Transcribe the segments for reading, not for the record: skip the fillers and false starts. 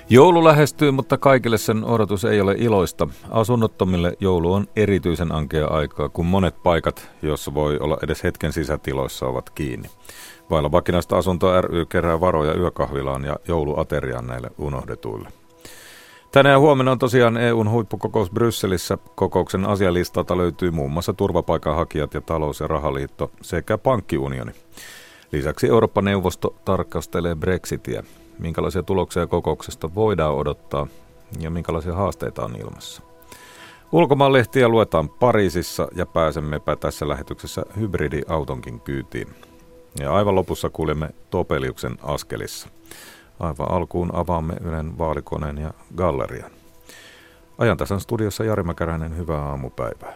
Joulu lähestyy, mutta kaikille sen odotus ei ole iloista. Asunnottomille joulu on erityisen ankea aikaa, kun monet paikat, joissa voi olla edes hetken sisätiloissa, ovat kiinni. Vailla vakinaista asuntoa ry kerää varoja yökahvilaan ja jouluateriaan näille unohdetuille. Tänään ja huomenna on tosiaan EU:n huippukokous Brysselissä. Kokouksen asialistalta löytyy muun muassa turvapaikanhakijat ja talous- ja rahaliitto sekä pankkiunioni. Lisäksi Eurooppa-neuvosto tarkastelee Brexitiä. Minkälaisia tuloksia kokouksesta voidaan odottaa ja minkälaisia haasteita on ilmassa. Ulkomaanlehtiä luetaan Pariisissa ja pääsemmepä tässä lähetyksessä hybridiautonkin kyytiin. Ja aivan lopussa kuulemme Topeliuksen askelissa. Aivan alkuun avaamme Ylen vaalikoneen ja gallerian. Ajantasan studiossa Jari Mäkäräinen, hyvää aamupäivää.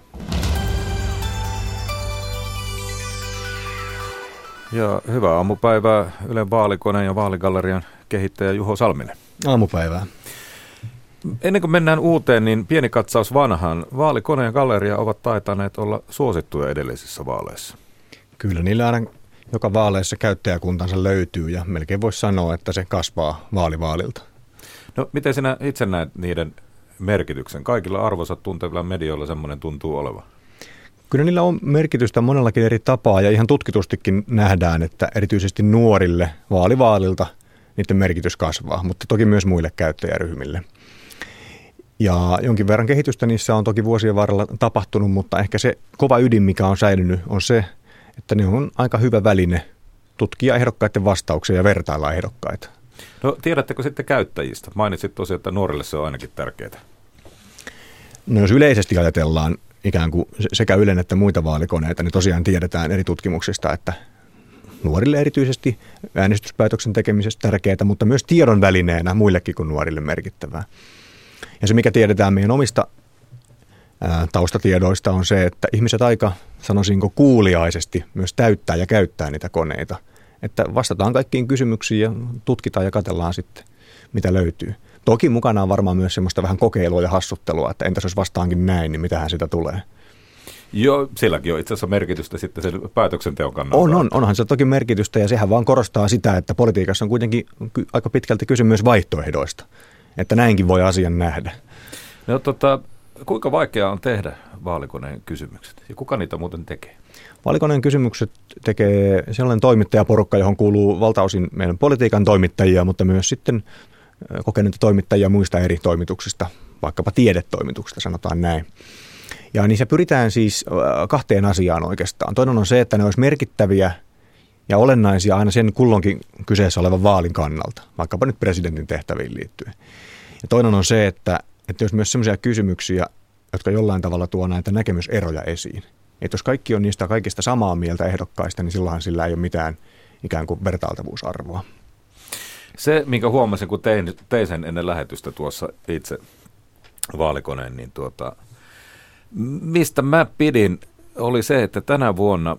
Ja hyvää aamupäivää Ylen vaalikoneen ja vaaligallerian kehittäjä Juho Salminen. Aamupäivää. Ennen kuin mennään uuteen, niin pieni katsaus vanhaan. Vaalikone ja galleria ovat taitaneet olla suosittuja edellisissä vaaleissa. Kyllä, niillä aina joka vaaleissa käyttäjäkuntansa löytyy ja melkein voisi sanoa, että se kasvaa vaalivaalilta. No, miten sinä itse näet niiden merkityksen? Kaikilla arvosat tuntevilla medioilla semmoinen tuntuu olevan. Kyllä niillä on merkitystä monellakin eri tapaa ja ihan tutkitustikin nähdään, että erityisesti nuorille vaalivaalilta niiden merkitys kasvaa, mutta toki myös muille käyttäjäryhmille. Ja jonkin verran kehitystä niissä on toki vuosien varrella tapahtunut, mutta ehkä se kova ydin, mikä on säilynyt, on se, että ne on aika hyvä väline tutkia ehdokkaiden vastauksia ja vertailla ehdokkaita. No, tiedättekö sitten käyttäjistä? Mainitsit tosiaan, että nuorille se on ainakin tärkeää. No, jos yleisesti ajatellaan ikään kuin sekä Ylen että muita vaalikoneita, niin tosiaan tiedetään eri tutkimuksista, että nuorille erityisesti äänestyspäätöksen tekemisestä tärkeää, mutta myös tiedon välineenä muillekin kuin nuorille merkittävää. Ja se, mikä tiedetään meidän omista taustatiedoista, on se, että ihmiset aika, sanoisinko, kuuliaisesti myös täyttää ja käyttää niitä koneita. Että vastataan kaikkiin kysymyksiin ja tutkitaan ja katsellaan sitten, mitä löytyy. Toki mukana on varmaan myös semmoista vähän kokeilua ja hassuttelua, että entäs jos vastaankin näin, niin mitähän sitä tulee. Joo, silläkin on itse asiassa merkitystä sitten sen päätöksenteon kannalta. Onhan se toki merkitystä ja sehän vaan korostaa sitä, että politiikassa on kuitenkin aika pitkälti kyse myös vaihtoehdoista, että näinkin voi asian nähdä. No kuinka vaikeaa on tehdä vaalikoneen kysymykset ja kuka niitä muuten tekee? Vaalikoneen kysymykset tekee sellainen toimittajaporukka, johon kuuluu valtaosin meidän politiikan toimittajia, mutta myös sitten kokeneita toimittajia muista eri toimituksista, vaikkapa tiedetoimituksista, sanotaan näin. Ja niissä pyritään siis kahteen asiaan oikeastaan. Toinen on se, että ne olisi merkittäviä ja olennaisia aina sen kulloinkin kyseessä olevan vaalin kannalta, vaikkapa nyt presidentin tehtäviin liittyen. Ja toinen on se, että jos myös sellaisia kysymyksiä, jotka jollain tavalla tuo näitä näkemyseroja esiin. Että jos kaikki on niistä kaikista samaa mieltä ehdokkaista, niin silloinhan sillä ei ole mitään ikään kuin vertailtavuusarvoa. Se, minkä huomasin, kun tein sen ennen lähetystä tuossa itse vaalikoneen, niin mistä mä pidin, oli se, että tänä vuonna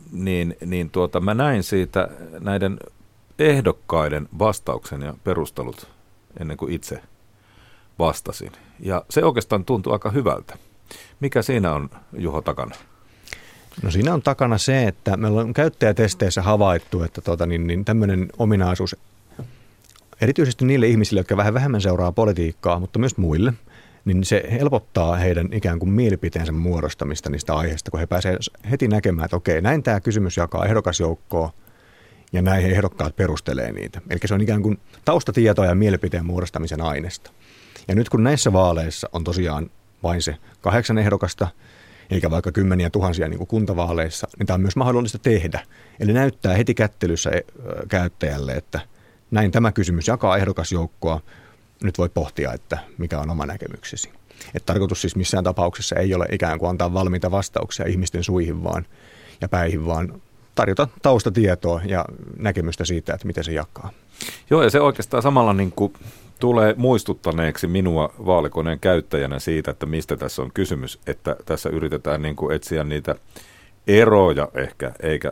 mä näin siitä näiden ehdokkaiden vastauksen ja perustelut ennen kuin itse vastasin. Ja se oikeastaan tuntui aika hyvältä. Mikä siinä on, Juho, takana? No siinä on takana se, että meillä on käyttäjätesteissä havaittu, että tämmöinen ominaisuus erityisesti niille ihmisille, jotka vähän vähemmän seuraa politiikkaa, mutta myös muille, niin se helpottaa heidän ikään kuin mielipiteensä muodostamista niistä aiheista, kun he pääsevät heti näkemään, että okei, näin tämä kysymys jakaa ehdokasjoukkoa ja näin ehdokkaat perustelee niitä. Eli se on ikään kuin taustatietoa ja mielipiteen muodostamisen aineesta. Ja nyt kun näissä vaaleissa on tosiaan vain se 8 ehdokasta, eikä vaikka kymmeniä tuhansia niin kuin kuntavaaleissa, niin tämä on myös mahdollista tehdä. Eli näyttää heti kättelyssä käyttäjälle, että näin tämä kysymys jakaa ehdokasjoukkoa. Nyt voi pohtia, että mikä on oma näkemyksesi. Että tarkoitus siis missään tapauksessa ei ole ikään kuin antaa valmiita vastauksia ihmisten suihin ja päihin, vaan tarjota taustatietoa ja näkemystä siitä, että miten se jakaa. Joo, ja se oikeastaan samalla niin kuin tulee muistuttaneeksi minua vaalikoneen käyttäjänä siitä, että mistä tässä on kysymys, että tässä yritetään niin kuin etsiä niitä eroja ehkä, eikä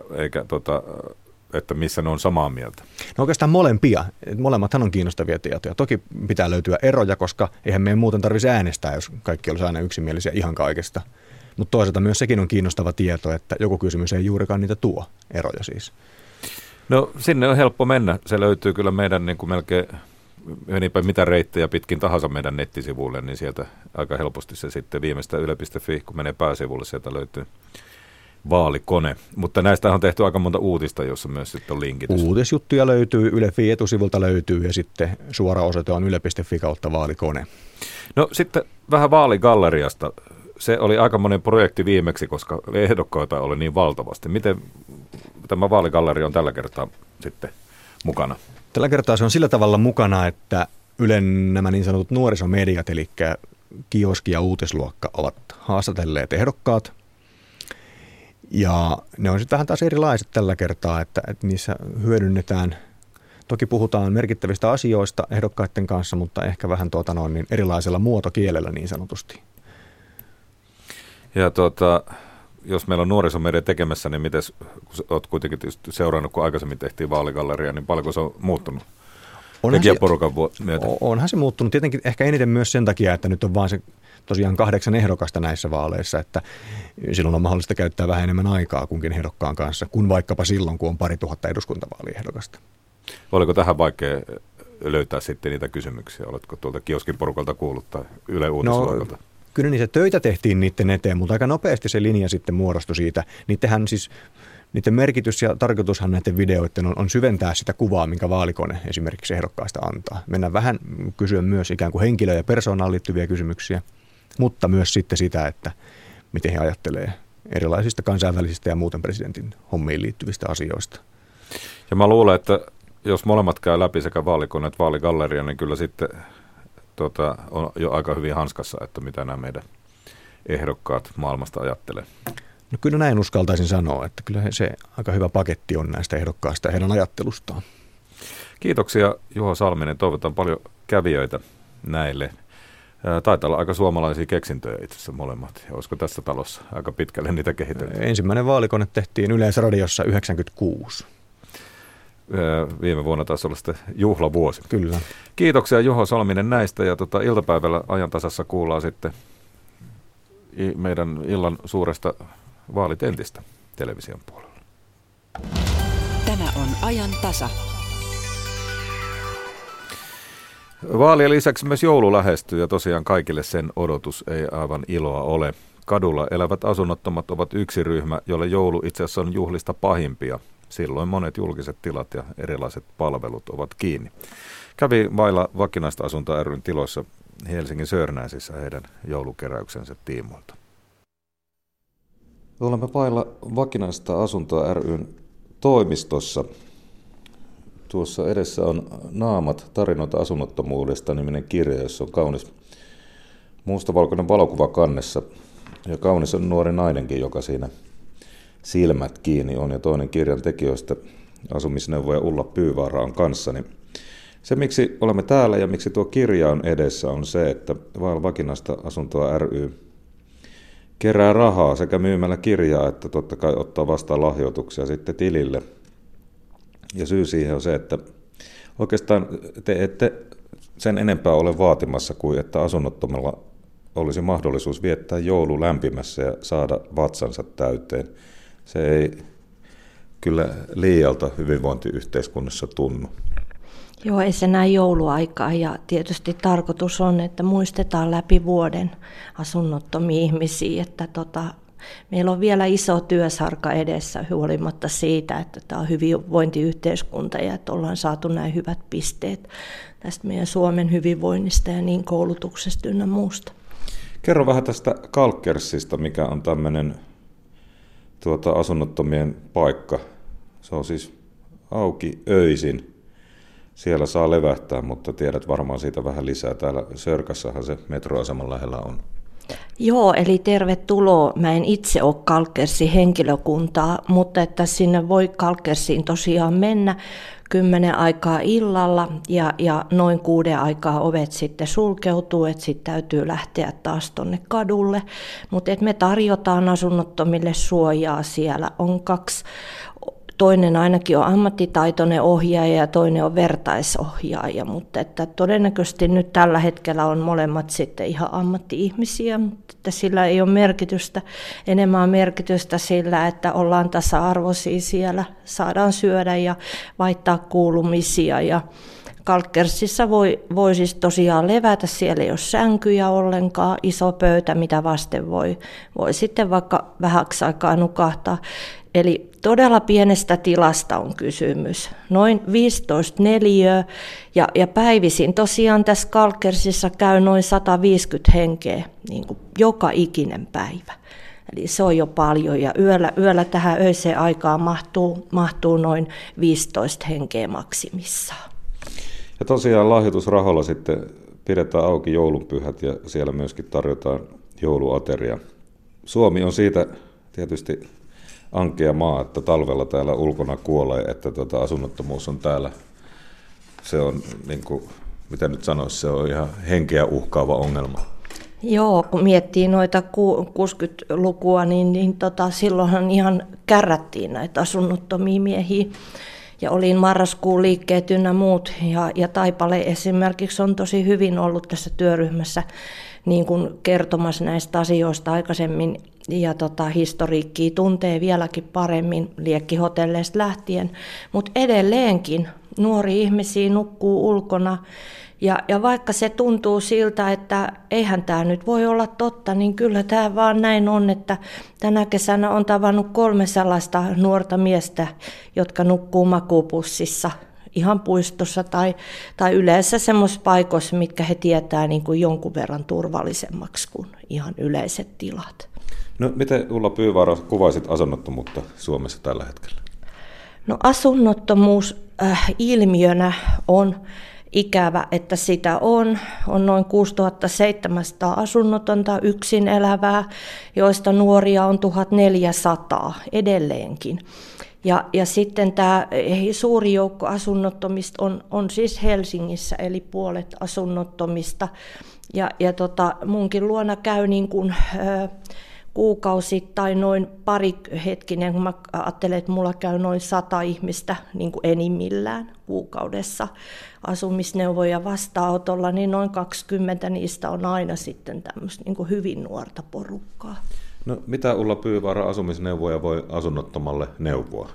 että missä ne on samaa mieltä. No oikeastaan molempia. Molemmathan on kiinnostavia tietoja. Toki pitää löytyä eroja, koska eihän meidän muuten tarvitsisi äänestää, jos kaikki olisi aina yksimielisiä ihan kaikesta. Mutta toisaalta myös sekin on kiinnostava tieto, että joku kysymys ei juurikaan niitä tuo, eroja siis. No sinne on helppo mennä. Se löytyy kyllä meidän niin kuin melkein menipä mitä reittejä pitkin tahansa meidän nettisivuille, niin sieltä aika helposti se sitten viimeistä yle.fi, kun menee pääsivulle, sieltä löytyy vaalikone. Mutta näistä on tehty aika monta uutista, jossa myös sitten on linkitys. Uutisjuttuja löytyy, Yle.fi etusivulta löytyy ja sitten suora osoite on yle.fi kautta vaalikone. No sitten vähän vaaligalleriasta. Se oli aika monen projekti viimeksi, koska ehdokkaita oli niin valtavasti. Miten tämä vaaligalleria on tällä kertaa sitten mukana? Tällä kertaa se on sillä tavalla mukana, että Ylen nämä niin sanotut nuorisomediat, eli kioski ja uutisluokka, ovat haastatelleet ehdokkaat. Ja ne on sitten vähän taas erilaiset tällä kertaa, että niissä hyödynnetään, toki puhutaan merkittävistä asioista ehdokkaiden kanssa, mutta ehkä vähän niin erilaisella muotokielellä niin sanotusti. Ja jos meillä on nuorisomedia tekemässä, niin miten, kun olet kuitenkin seurannut, kun aikaisemmin tehtiin vaaligalleria, niin paljonko se on muuttunut tekijäporukan myötä? Onhan se muuttunut tietenkin ehkä eniten myös sen takia, että nyt on vaan se tosiaan 8 ehdokasta näissä vaaleissa, että silloin on mahdollista käyttää vähän enemmän aikaa kunkin ehdokkaan kanssa, kuin vaikkapa silloin, kun on 2000 eduskuntavaaliehdokasta. Oliko tähän vaikea löytää sitten niitä kysymyksiä? Oletko tuolta kioskin porukalta kuullut tai Yle Uutisluokalta? No, kyllä niitä töitä tehtiin niiden eteen, mutta aika nopeasti se linja sitten muodostui siitä. Niiden merkitys ja tarkoitushan näiden videoiden on syventää sitä kuvaa, minkä vaalikone esimerkiksi ehdokkaista antaa. Mennään vähän kysyä myös ikään kuin henkilöön ja persoonaan liittyviä kysymyksiä, mutta myös sitten sitä, että miten he ajattelee erilaisista kansainvälisistä ja muuten presidentin hommiin liittyvistä asioista. Ja mä luulen, että jos molemmat käy läpi sekä vaalikone että vaaligalleria, niin kyllä sitten on jo aika hyvin hanskassa, että mitä nämä meidän ehdokkaat maailmasta ajattelee. No kyllä näin uskaltaisin sanoa, että kyllä se aika hyvä paketti on näistä ehdokkaista ja heidän ajattelustaan. Kiitoksia Juho Salminen, toivotan paljon kävijöitä näille. Taitaa olla aika suomalaisia keksintöjä itse asiassa molemmat. Ja olisiko tässä talossa aika pitkälle niitä kehitelty? Ensimmäinen vaalikone tehtiin Yleisradiossa 1996. Viime vuonna taisi olla sitten juhlavuosi. Kyllä. Kiitoksia Juho Salminen näistä ja iltapäivällä ajantasassa kuullaan sitten meidän illan suuresta vaalitentistä television puolella. Tämä on ajan tasa. Vaalien lisäksi myös joulu lähestyy ja tosiaan kaikille sen odotus ei aivan iloa ole. Kadulla elävät asunnottomat ovat yksi ryhmä, jolle joulu itse asiassa on juhlista pahimpia. Silloin monet julkiset tilat ja erilaiset palvelut ovat kiinni. Kävi vailla vakinaista asuntoa ry:n tiloissa Helsingin Sörnäisissä heidän joulukeräyksensä tiimoilta. Olemme vailla vakinaista asuntoa ry:n toimistossa. Tuossa edessä on Naamat, tarinoita asunnottomuudesta -niminen kirja, jossa on kaunis mustavalkoinen valokuva kannessa. Ja kaunis on nuori nainenkin, joka siinä silmät kiinni on. Ja toinen kirjan tekijöistä, asumisneuvoja Ulla Pyyvaara, on kanssani. Se, miksi olemme täällä ja miksi tuo kirja on edessä, on se, että vailla vakinaista asuntoa ry kerää rahaa sekä myymällä kirjaa, että totta kai ottaa vastaan lahjoituksia sitten tilille. Ja syy siihen on se, että oikeastaan te ette sen enempää ole vaatimassa kuin että asunnottomalla olisi mahdollisuus viettää joulu lämpimässä ja saada vatsansa täyteen. Se ei kyllä liialta hyvinvointiyhteiskunnassa tunnu. Joo, ei se näin jouluaikaa ja tietysti tarkoitus on, että muistetaan läpi vuoden asunnottomia ihmisiä, että meillä on vielä iso työsarka edessä huolimatta siitä, että tämä on hyvinvointiyhteiskunta ja että ollaan saatu näin hyvät pisteet tästä meidän Suomen hyvinvoinnista ja niin koulutuksesta ynnä muusta. Kerro vähän tästä Kalkkersista, mikä on tämmöinen asunnottomien paikka. Se on siis auki öisin. Siellä saa levähtää, mutta tiedät varmaan siitä vähän lisää. Täällä Sörkässähän se metroaseman lähellä on. Joo, eli tervetuloa. Mä en itse ole Kalkkersin henkilökuntaa, mutta että sinne voi Kalkkersiin tosiaan mennä 10 aikaa illalla ja noin 6 aikaa ovet sitten sulkeutuu, että sitten täytyy lähteä taas tonne kadulle. Mutta me tarjotaan asunnottomille suojaa siellä. On 2. Toinen ainakin on ammattitaitoinen ohjaaja ja toinen on vertaisohjaaja, mutta että todennäköisesti nyt tällä hetkellä on molemmat sitten ihan ammatti-ihmisiä, mutta että sillä ei ole merkitystä. Enemmän on merkitystä sillä, että ollaan tasa-arvoisia siellä, saadaan syödä ja vaihtaa kuulumisia ja Kalkkersissa voi siis tosiaan levätä, siellä ei ole sänkyjä ollenkaan, iso pöytä, mitä vasten voi sitten vaikka vähäksi aikaa nukahtaa. Eli todella pienestä tilasta on kysymys, noin 15 neliöä ja päivisin tosiaan tässä Kalkkersissa käy noin 150 henkeä niin kuin joka ikinen päivä. Eli se on jo paljon ja yöllä tähän öiseen aikaan mahtuu noin 15 henkeä maksimissaan. Ja tosiaan lahjoitusrahoilla sitten pidetään auki joulunpyhät ja siellä myöskin tarjotaan jouluateria. Suomi on siitä tietysti ankea maa, että talvella täällä ulkona kuolee, että asunnottomuus on täällä. Se on, niin kuin, mitä nyt sanoisi, se on ihan henkeä uhkaava ongelma. Joo, kun miettii noita 60-lukua, niin silloinhan ihan kärrättiin näitä asunnottomia miehiä. Ja olin marraskuun liikkeet ynnä muut, ja Taipale esimerkiksi on tosi hyvin ollut tässä työryhmässä niin kuin kertomassa näistä asioista aikaisemmin, ja historiikkia tuntee vieläkin paremmin liekkihotelleista lähtien, mutta edelleenkin nuoria ihmisiä nukkuu ulkona, ja vaikka se tuntuu siltä, että eihän tämä nyt voi olla totta, niin kyllä tämä vaan näin on, että tänä kesänä on tavannut 3 sellaista nuorta miestä, jotka nukkuu makuupussissa ihan puistossa tai yleensä semmoisissa paikoissa, mitkä he tietää niin kuin jonkun verran turvallisemmaksi kuin ihan yleiset tilat. No miten Ulla Pyyvaara kuvaisit asunnottomuutta Suomessa tällä hetkellä? No asunnottomuus ilmiönä on ikävä, että sitä on noin 6700 asunnotonta yksin elävää, joista nuoria on 1400 edelleenkin. Ja sitten tämä suuri joukko asunnottomista on siis Helsingissä, eli puolet asunnottomista. Ja munkin luona käy niin kuin kuukausittain noin hetkinen, kun mä ajattelen, että mulla käy noin 100 ihmistä niin kuin enimmillään kuukaudessa asumisneuvoja vastaanotolla, niin noin 20 niistä on aina sitten tämmöistä niin kuin hyvin nuorta porukkaa. No mitä Ulla Pyyvaara asumisneuvoja voi asunnottomalle neuvoa?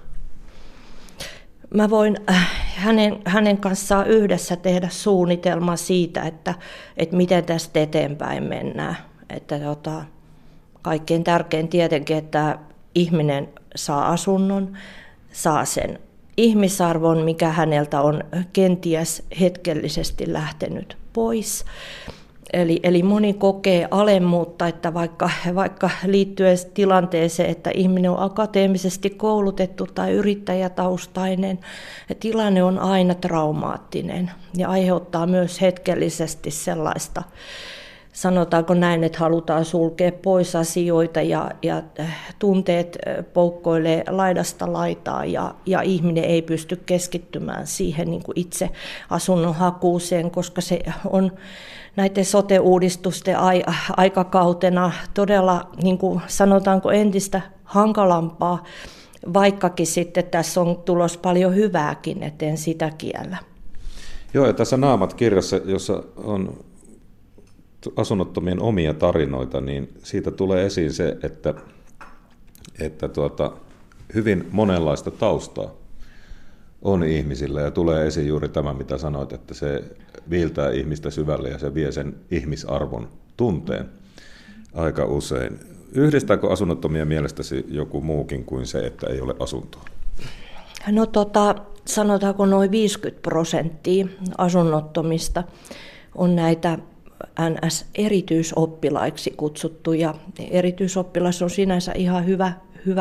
Mä voin hänen kanssaan yhdessä tehdä suunnitelma siitä, että miten tästä eteenpäin mennään. Että kaikkein tärkein tietenkin, että ihminen saa asunnon, saa sen ihmisarvon, mikä häneltä on kenties hetkellisesti lähtenyt pois. Eli moni kokee alemmuutta, että vaikka liittyen tilanteeseen, että ihminen on akateemisesti koulutettu tai yrittäjätaustainen, tilanne on aina traumaattinen ja aiheuttaa myös hetkellisesti sellaista, sanotaanko näin, että halutaan sulkea pois asioita ja tunteet poukkoilee laidasta laitaan ja ihminen ei pysty keskittymään siihen niin kuin itse asunnon hakuuseen, koska se on näiden sote-uudistusten aikakautena todella, niin kuin sanotaanko, entistä hankalampaa, vaikkakin sitten tässä on tulos paljon hyvääkin, etten sitä kiellä. Joo, ja tässä Naamat-kirjassa, jossa on asunnottomien omia tarinoita, niin siitä tulee esiin se, että hyvin monenlaista taustaa on ihmisillä ja tulee esiin juuri tämä, mitä sanoit, että se viiltää ihmistä syvälle ja se vie sen ihmisarvon tunteen aika usein. Yhdistääkö asunnottomia mielestäsi joku muukin kuin se, että ei ole asuntoa? No sanotaanko noin 50% asunnottomista on näitä NS-erityisoppilaiksi kutsuttuja. Erityisoppilas on sinänsä ihan hyvä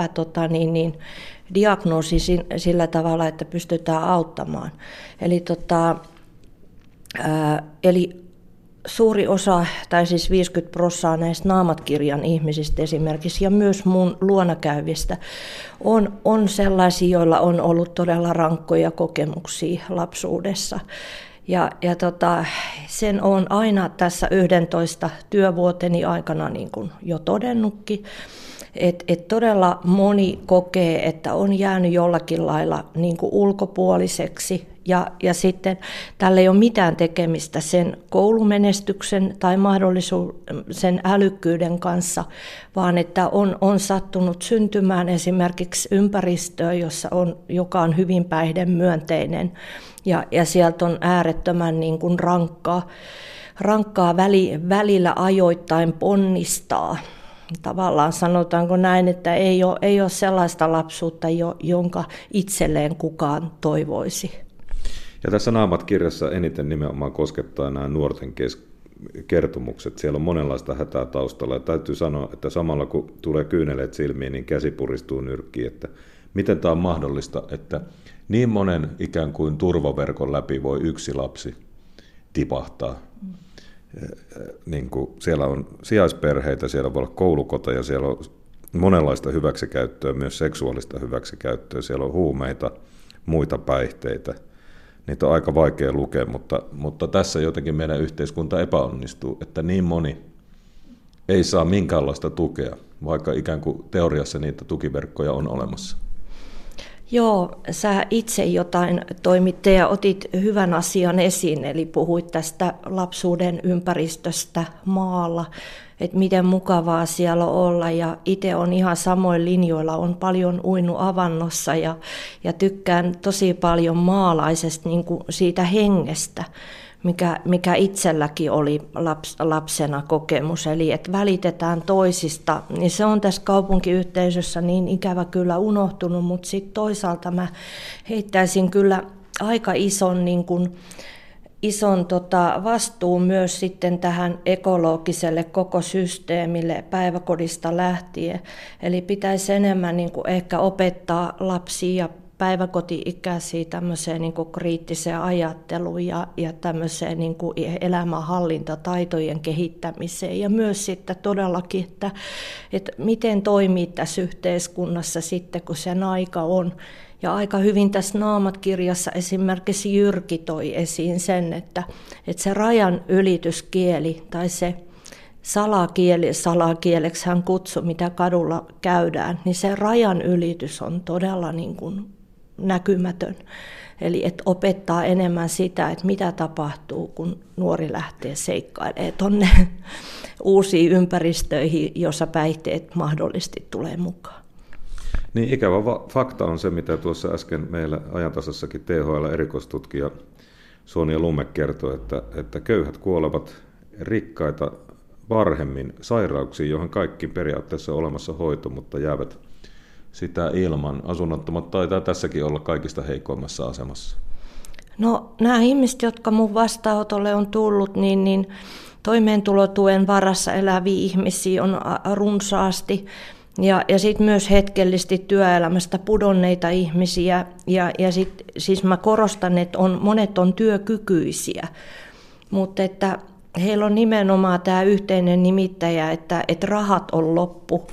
diagnoosi sillä tavalla, että pystytään auttamaan. Eli suuri osa, tai siis 50% näistä Naamat-kirjan ihmisistä esimerkiksi, ja myös mun luona käyvistä, on sellaisia, joilla on ollut todella rankkoja kokemuksia lapsuudessa. Ja sen on aina tässä 11 työvuoteni aikana niin kuin jo todennutkin, että todella moni kokee, että on jäänyt jollakin lailla niin kuin ulkopuoliseksi Ja sitten tällä ei ole mitään tekemistä sen koulumenestyksen tai sen älykkyyden kanssa, vaan että on sattunut syntymään esimerkiksi ympäristöön, joka on hyvin päihdemyönteinen ja sieltä on äärettömän niin kuin rankkaa välillä ajoittain ponnistaa. Tavallaan sanotaanko näin, että ei ole sellaista lapsuutta, jonka itselleen kukaan toivoisi. Ja tässä Naamat-kirjassa eniten nimenomaan koskettaa nämä nuorten kertomukset. Siellä on monenlaista hätää taustalla. Ja täytyy sanoa, että samalla kun tulee kyyneleet silmiin, niin käsi puristuu nyrkkiin. Että miten tämä on mahdollista, että niin monen ikään kuin turvaverkon läpi voi yksi lapsi tipahtaa. Niin kuin siellä on sijaisperheitä, siellä voi olla koulukoteja, siellä on monenlaista hyväksikäyttöä, myös seksuaalista hyväksikäyttöä, siellä on huumeita, muita päihteitä. Niitä on aika vaikea lukea, mutta tässä jotenkin meidän yhteiskunta epäonnistuu, että niin moni ei saa minkäänlaista tukea, vaikka ikään kuin teoriassa niitä tukiverkkoja on olemassa. Joo, sä itse jotain toimittaja otit hyvän asian esiin, eli puhuit tästä lapsuuden ympäristöstä maalla, että miten mukavaa siellä on olla, ja itse on ihan samoin linjoilla, on paljon uinut avannossa ja tykkään tosi paljon maalaisesta niin kuin siitä hengestä, mikä itselläkin oli lapsena kokemus, eli että välitetään toisista, niin se on tässä kaupunkiyhteisössä niin ikävä kyllä unohtunut, mutta sitten toisaalta mä heittäisin kyllä aika ison vastuun myös sitten tähän ekologiselle koko systeemille päiväkodista lähtien, eli pitäisi enemmän niin kuin ehkä opettaa lapsia ja päiväkoti-ikäisiä tämmöiseen niin kuin kriittiseen ajatteluun ja tämmöiseen niin kuin elämänhallintataitojen kehittämiseen. Ja myös sitten todellakin, että miten toimii tässä yhteiskunnassa sitten, kun sen aika on. Ja aika hyvin tässä Naamat-kirjassa esimerkiksi Jyrki toi esiin sen, että se rajan ylityskieli tai se salakieleksi hän kutsui, mitä kadulla käydään, niin se rajan ylitys on todella niin kuin näkymätön. Eli että opettaa enemmän sitä, että mitä tapahtuu, kun nuori lähtee seikkailemaan tuonne uusiin ympäristöihin, jossa päihteet mahdollisesti tulee mukaan. Niin ikävä fakta on se, mitä tuossa äsken meillä Ajantasassakin THL-erikoistutkija Sonja Lumme kertoi, että köyhät kuolevat rikkaita varhemmin sairauksiin, joihin kaikki periaatteessa on olemassa hoito, mutta jäävät sitä ilman. Asunnottomat taitaa tässäkin olla kaikista heikoimmassa asemassa. No nämä ihmiset, jotka mun vastaanotolle on tullut, niin toimeentulotuen varassa eläviä ihmisiä on runsaasti. Ja sitten myös hetkellisesti työelämästä pudonneita ihmisiä. Ja siis mä korostan, että monet on työkykyisiä, mutta että heillä on nimenomaan tämä yhteinen nimittäjä, että rahat on loppu.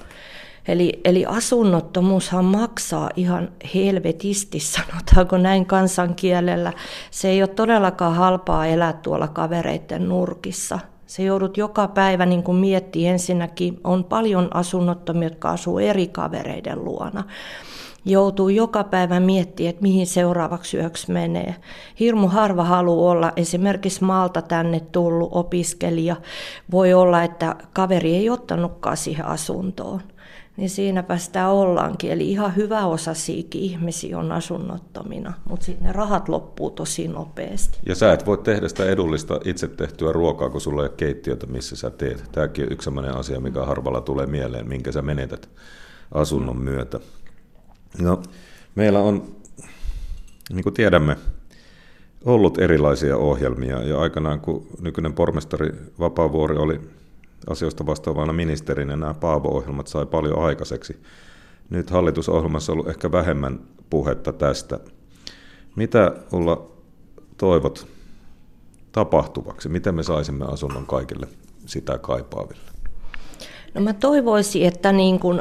Eli asunnottomuushan maksaa ihan helvetisti, sanotaanko näin kansankielellä. Se ei ole todellakaan halpaa elää tuolla kavereiden nurkissa. Se joudut joka päivä niin kuin miettimään ensinnäkin, on paljon asunnottomia, jotka asuu eri kavereiden luona. Joutuu joka päivä miettimään, että mihin seuraavaksi yöksi menee. Hirmu harva haluaa olla esimerkiksi maalta tänne tullut opiskelija. Voi olla, että kaveri ei ottanutkaan siihen asuntoon. Niin siinäpä sitä ollaankin. Eli ihan hyvä osa siikin ihmisiä on asunnottomina, mutta sitten ne rahat loppuu tosi nopeasti. Ja sä et voi tehdä sitä edullista itse tehtyä ruokaa, kun sulla ei ole keittiötä, missä sä teet. Tämäkin on yksi sellainen asia, mikä harvalla tulee mieleen, minkä sä menetät asunnon myötä. No, meillä on, niin kuin tiedämme, ollut erilaisia ohjelmia. Ja aikanaan, kun nykyinen pormestari Vapaavuori oli asioista vastaavana ministerinä, nämä Paavo-ohjelmat sai paljon aikaiseksi. Nyt hallitusohjelmassa on ollut ehkä vähemmän puhetta tästä. Mitä Ulla toivot tapahtuvaksi? Miten me saisimme asunnon kaikille sitä kaipaaville? No mä toivoisin, että niin kuin,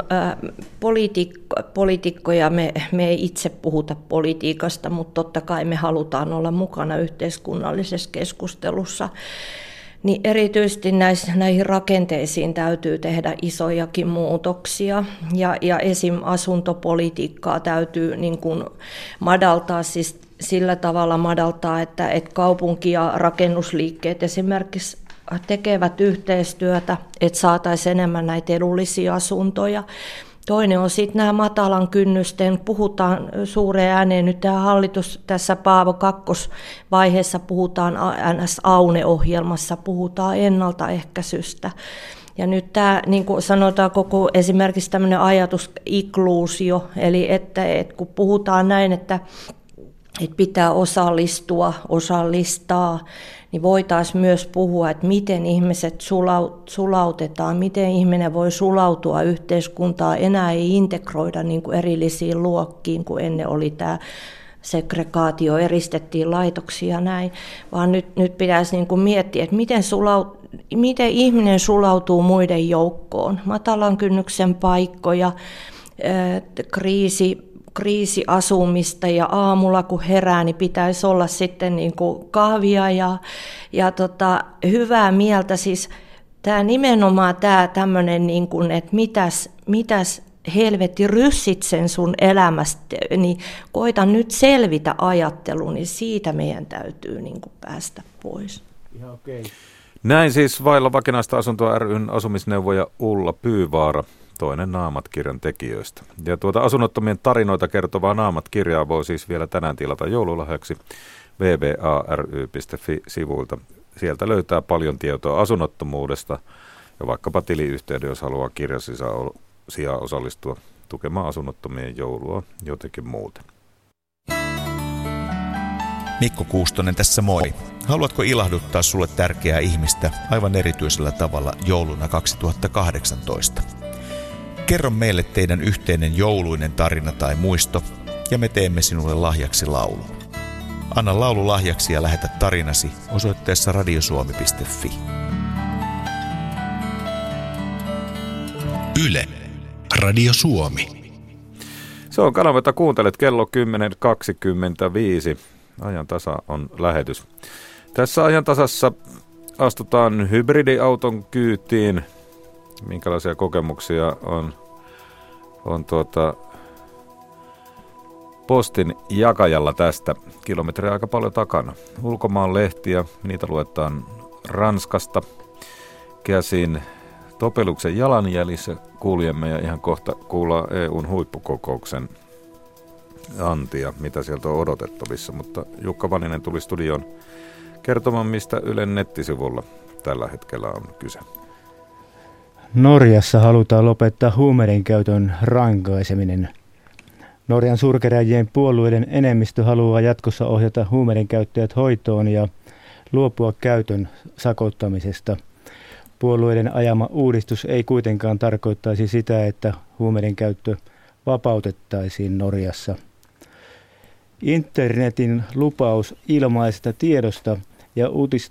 poliitikkoja, me ei itse puhuta politiikasta, mutta totta kai me halutaan olla mukana yhteiskunnallisessa keskustelussa. Niin erityisesti näihin rakenteisiin täytyy tehdä isojakin muutoksia ja esim. Asuntopolitiikkaa täytyy niin kuin madaltaa. Siis sillä tavalla madaltaa, että kaupunki ja rakennusliikkeet esimerkiksi tekevät yhteistyötä, että saataisiin enemmän näitä edullisia asuntoja. Toinen on sitten nämä matalan kynnysten, puhutaan suureen ääneen, nyt tämä hallitus tässä Paavo kakkosvaiheessa puhutaan NS-AUNE-ohjelmassa, puhutaan ennaltaehkäisystä. Ja nyt tämä, niin kuin sanotaan, koko esimerkiksi tämmöinen ajatus inkluusio, eli että kun puhutaan näin, että pitää osallistaa, niin voitaisiin myös puhua, että miten ihmiset sulautetaan, miten ihminen voi nyt yhteiskuntaan. Enää ei integroida niin kuin erillisiin luokkiin, kun ennen oli tämä segregaatio, eristettiin laitoksia näin, vaan nyt pitäisi niin kuin miettiä, että miten ihminen sulautuu muiden joukkoon. Matalan kynnyksen paikkoja, kriisiasumista ja aamulla kun herää, niin pitäisi olla sitten niin kuin kahvia ja hyvää mieltä. Siis tämä nimenomaan tämä tämmöinen, niin kuin, että mitäs helvetti ryssit sen sun elämästä, niin koita nyt selvitä ajatteluun, niin siitä meidän täytyy niin kuin päästä pois. Ihan okei. Näin siis Vailla vakinaista asuntoa ry:n asumisneuvoja Ulla Pyyvaara, toinen Naamat-kirjan tekijöistä. Ja asunnottomien tarinoita kertovaa Naamat-kirjaa voi siis vielä tänään tilata joululahjaksi vvary.fi-sivuilta. Sieltä löytää paljon tietoa asunnottomuudesta ja vaikkapa tiliyhteyden, jos haluaa kirjasijaa osallistua tukemaan asunnottomien joulua jotenkin muuten. Mikko Kuustonen tässä moi. Haluatko ilahduttaa sulle tärkeää ihmistä aivan erityisellä tavalla jouluna 2018? Kerro meille teidän yhteinen jouluinen tarina tai muisto, ja me teemme sinulle lahjaksi laulun. Anna laulu lahjaksi ja lähetä tarinasi osoitteessa radiosuomi.fi. Yle, Radio Suomi. Se on kanava, jota kuuntelet kello 10.25. Ajan tasa on lähetys. Tässä ajan tasassa astutaan hybridiauton kyytiin. Minkälaisia kokemuksia on postin jakajalla tästä? Kilometriä aika paljon takana. Ulkomaan lehtiä, niitä luetaan Ranskasta käsin. Topeluksen jalanjäljissä kuulijemme ja ihan kohta kuullaan EUn huippukokouksen antia, mitä sieltä on odotettavissa. Mutta Jukka Vaninen tuli studioon kertomaan, mistä Ylen nettisivulla tällä hetkellä on kyse. Norjassa halutaan lopettaa huumeiden käytön rankaiseminen. Norjan suurkeräjien puolueiden enemmistö haluaa jatkossa ohjata huumeiden käyttäjät hoitoon ja luopua käytön sakottamisesta. Puolueiden ajama uudistus ei kuitenkaan tarkoittaisi sitä, että huumeiden käyttö vapautettaisiin Norjassa. Internetin lupaus ilmaisesta tiedosta ja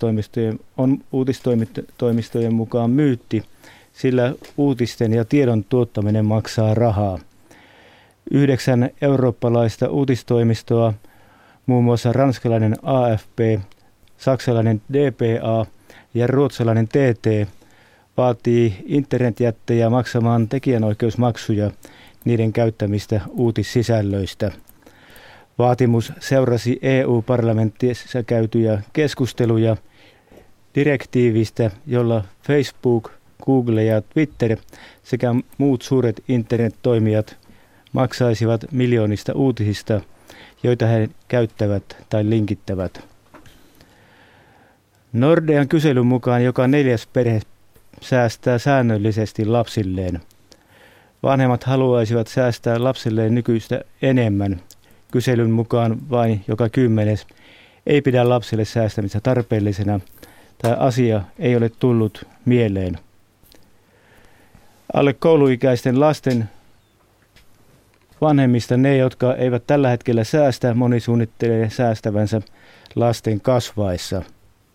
uutistoimistojen mukaan myytti, sillä uutisten ja tiedon tuottaminen maksaa rahaa. 9 eurooppalaista uutistoimistoa, muun muassa ranskalainen AFP, saksalainen DPA ja ruotsalainen TT, vaatii internetjättejä maksamaan tekijänoikeusmaksuja niiden käyttämistä uutissisällöistä. Vaatimus seurasi EU-parlamentissa käytyjä keskusteluja direktiivistä, jolla Facebook, Google ja Twitter sekä muut suuret internettoimijat maksaisivat miljoonista uutisista, joita he käyttävät tai linkittävät. Nordean kyselyn mukaan joka 4. perhe säästää säännöllisesti lapsilleen. Vanhemmat haluaisivat säästää lapsilleen nykyistä enemmän. Kyselyn mukaan vain joka 10. ei pidä lapsille säästämistä tarpeellisena tai asia ei ole tullut mieleen. Alle kouluikäisten lasten vanhemmista ne, jotka eivät tällä hetkellä säästä, moni suunnittelee säästävänsä lasten kasvaessa.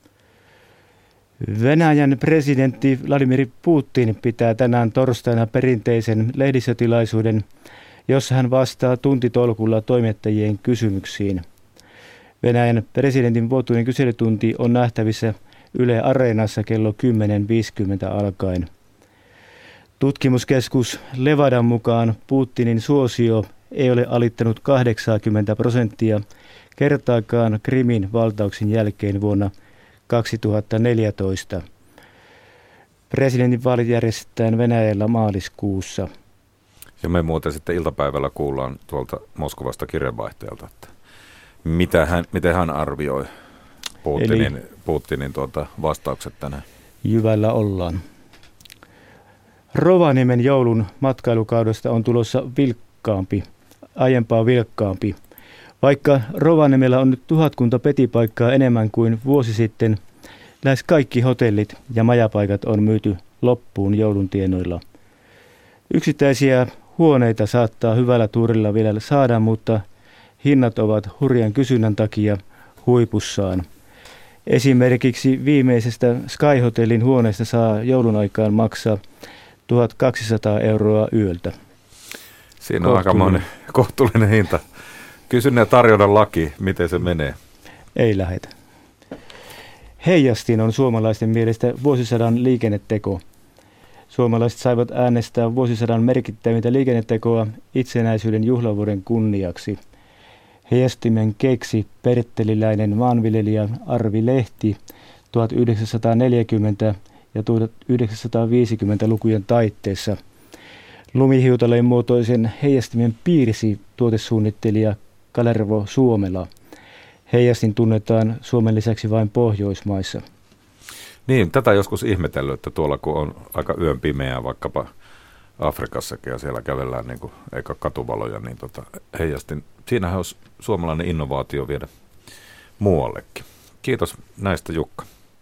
Venäjän presidentti Vladimir Putin pitää tänään torstaina perinteisen lehdistötilaisuuden, jossa hän vastaa tuntitolkulla toimittajien kysymyksiin. Venäjän presidentin vuotuinen kyselytunti on nähtävissä Yle Areenassa kello 10.50 alkaen. Tutkimuskeskus Levadan mukaan Putinin suosio ei ole alittanut 80% kertaakaan Krimin valtauksen jälkeen vuonna 2014. Presidentinvaalit järjestetään Venäjällä maaliskuussa. Ja me muuten sitten iltapäivällä kuullaan tuolta Moskovasta kirjeenvaihtajalta, että miten hän arvioi Putinin vastaukset tänään. Jyvällä ollaan. Rovaniemen joulun matkailukaudesta on tulossa aiempaa vilkkaampi. Vaikka Rovaniemellä on nyt 1000 petipaikkaa enemmän kuin vuosi sitten, lähes kaikki hotellit ja majapaikat on myyty loppuun joulun tienoilla. Yksittäisiä huoneita saattaa hyvällä tuurilla vielä saada, mutta hinnat ovat hurjan kysynnän takia huipussaan. Esimerkiksi viimeisestä Sky Hotellin huoneesta saa joulun aikaan maksaa 1200 € yöltä. Siinä on aika kohtuullinen hinta. Kysynnän ja tarjonnan laki, miten se menee? Ei lähetä. Heijastin on suomalaisten mielestä vuosisadan liikenneteko. Suomalaiset saivat äänestää vuosisadan merkittävintä liikennetekoa itsenäisyyden juhlavuoden kunniaksi. Heijastimen keksi pertteliläinen maanviljelijä Arvi Lehti 1940 ja 1950-lukujen taitteessa. Lumihiutaleen muotoisen heijastimen piirsi tuotesuunnittelija Kalervo Suomela. Heijastin tunnetaan Suomen lisäksi vain Pohjoismaissa. Niin, tätä joskus ihmetellyt, että tuolla kun on aika yön pimeää vaikkapa Afrikassakin ja siellä kävellään niin kuin, eikä katuvaloja, niin heijastin. Siinähän olisi suomalainen innovaatio viedä muuallekin. Kiitos näistä, Jukka.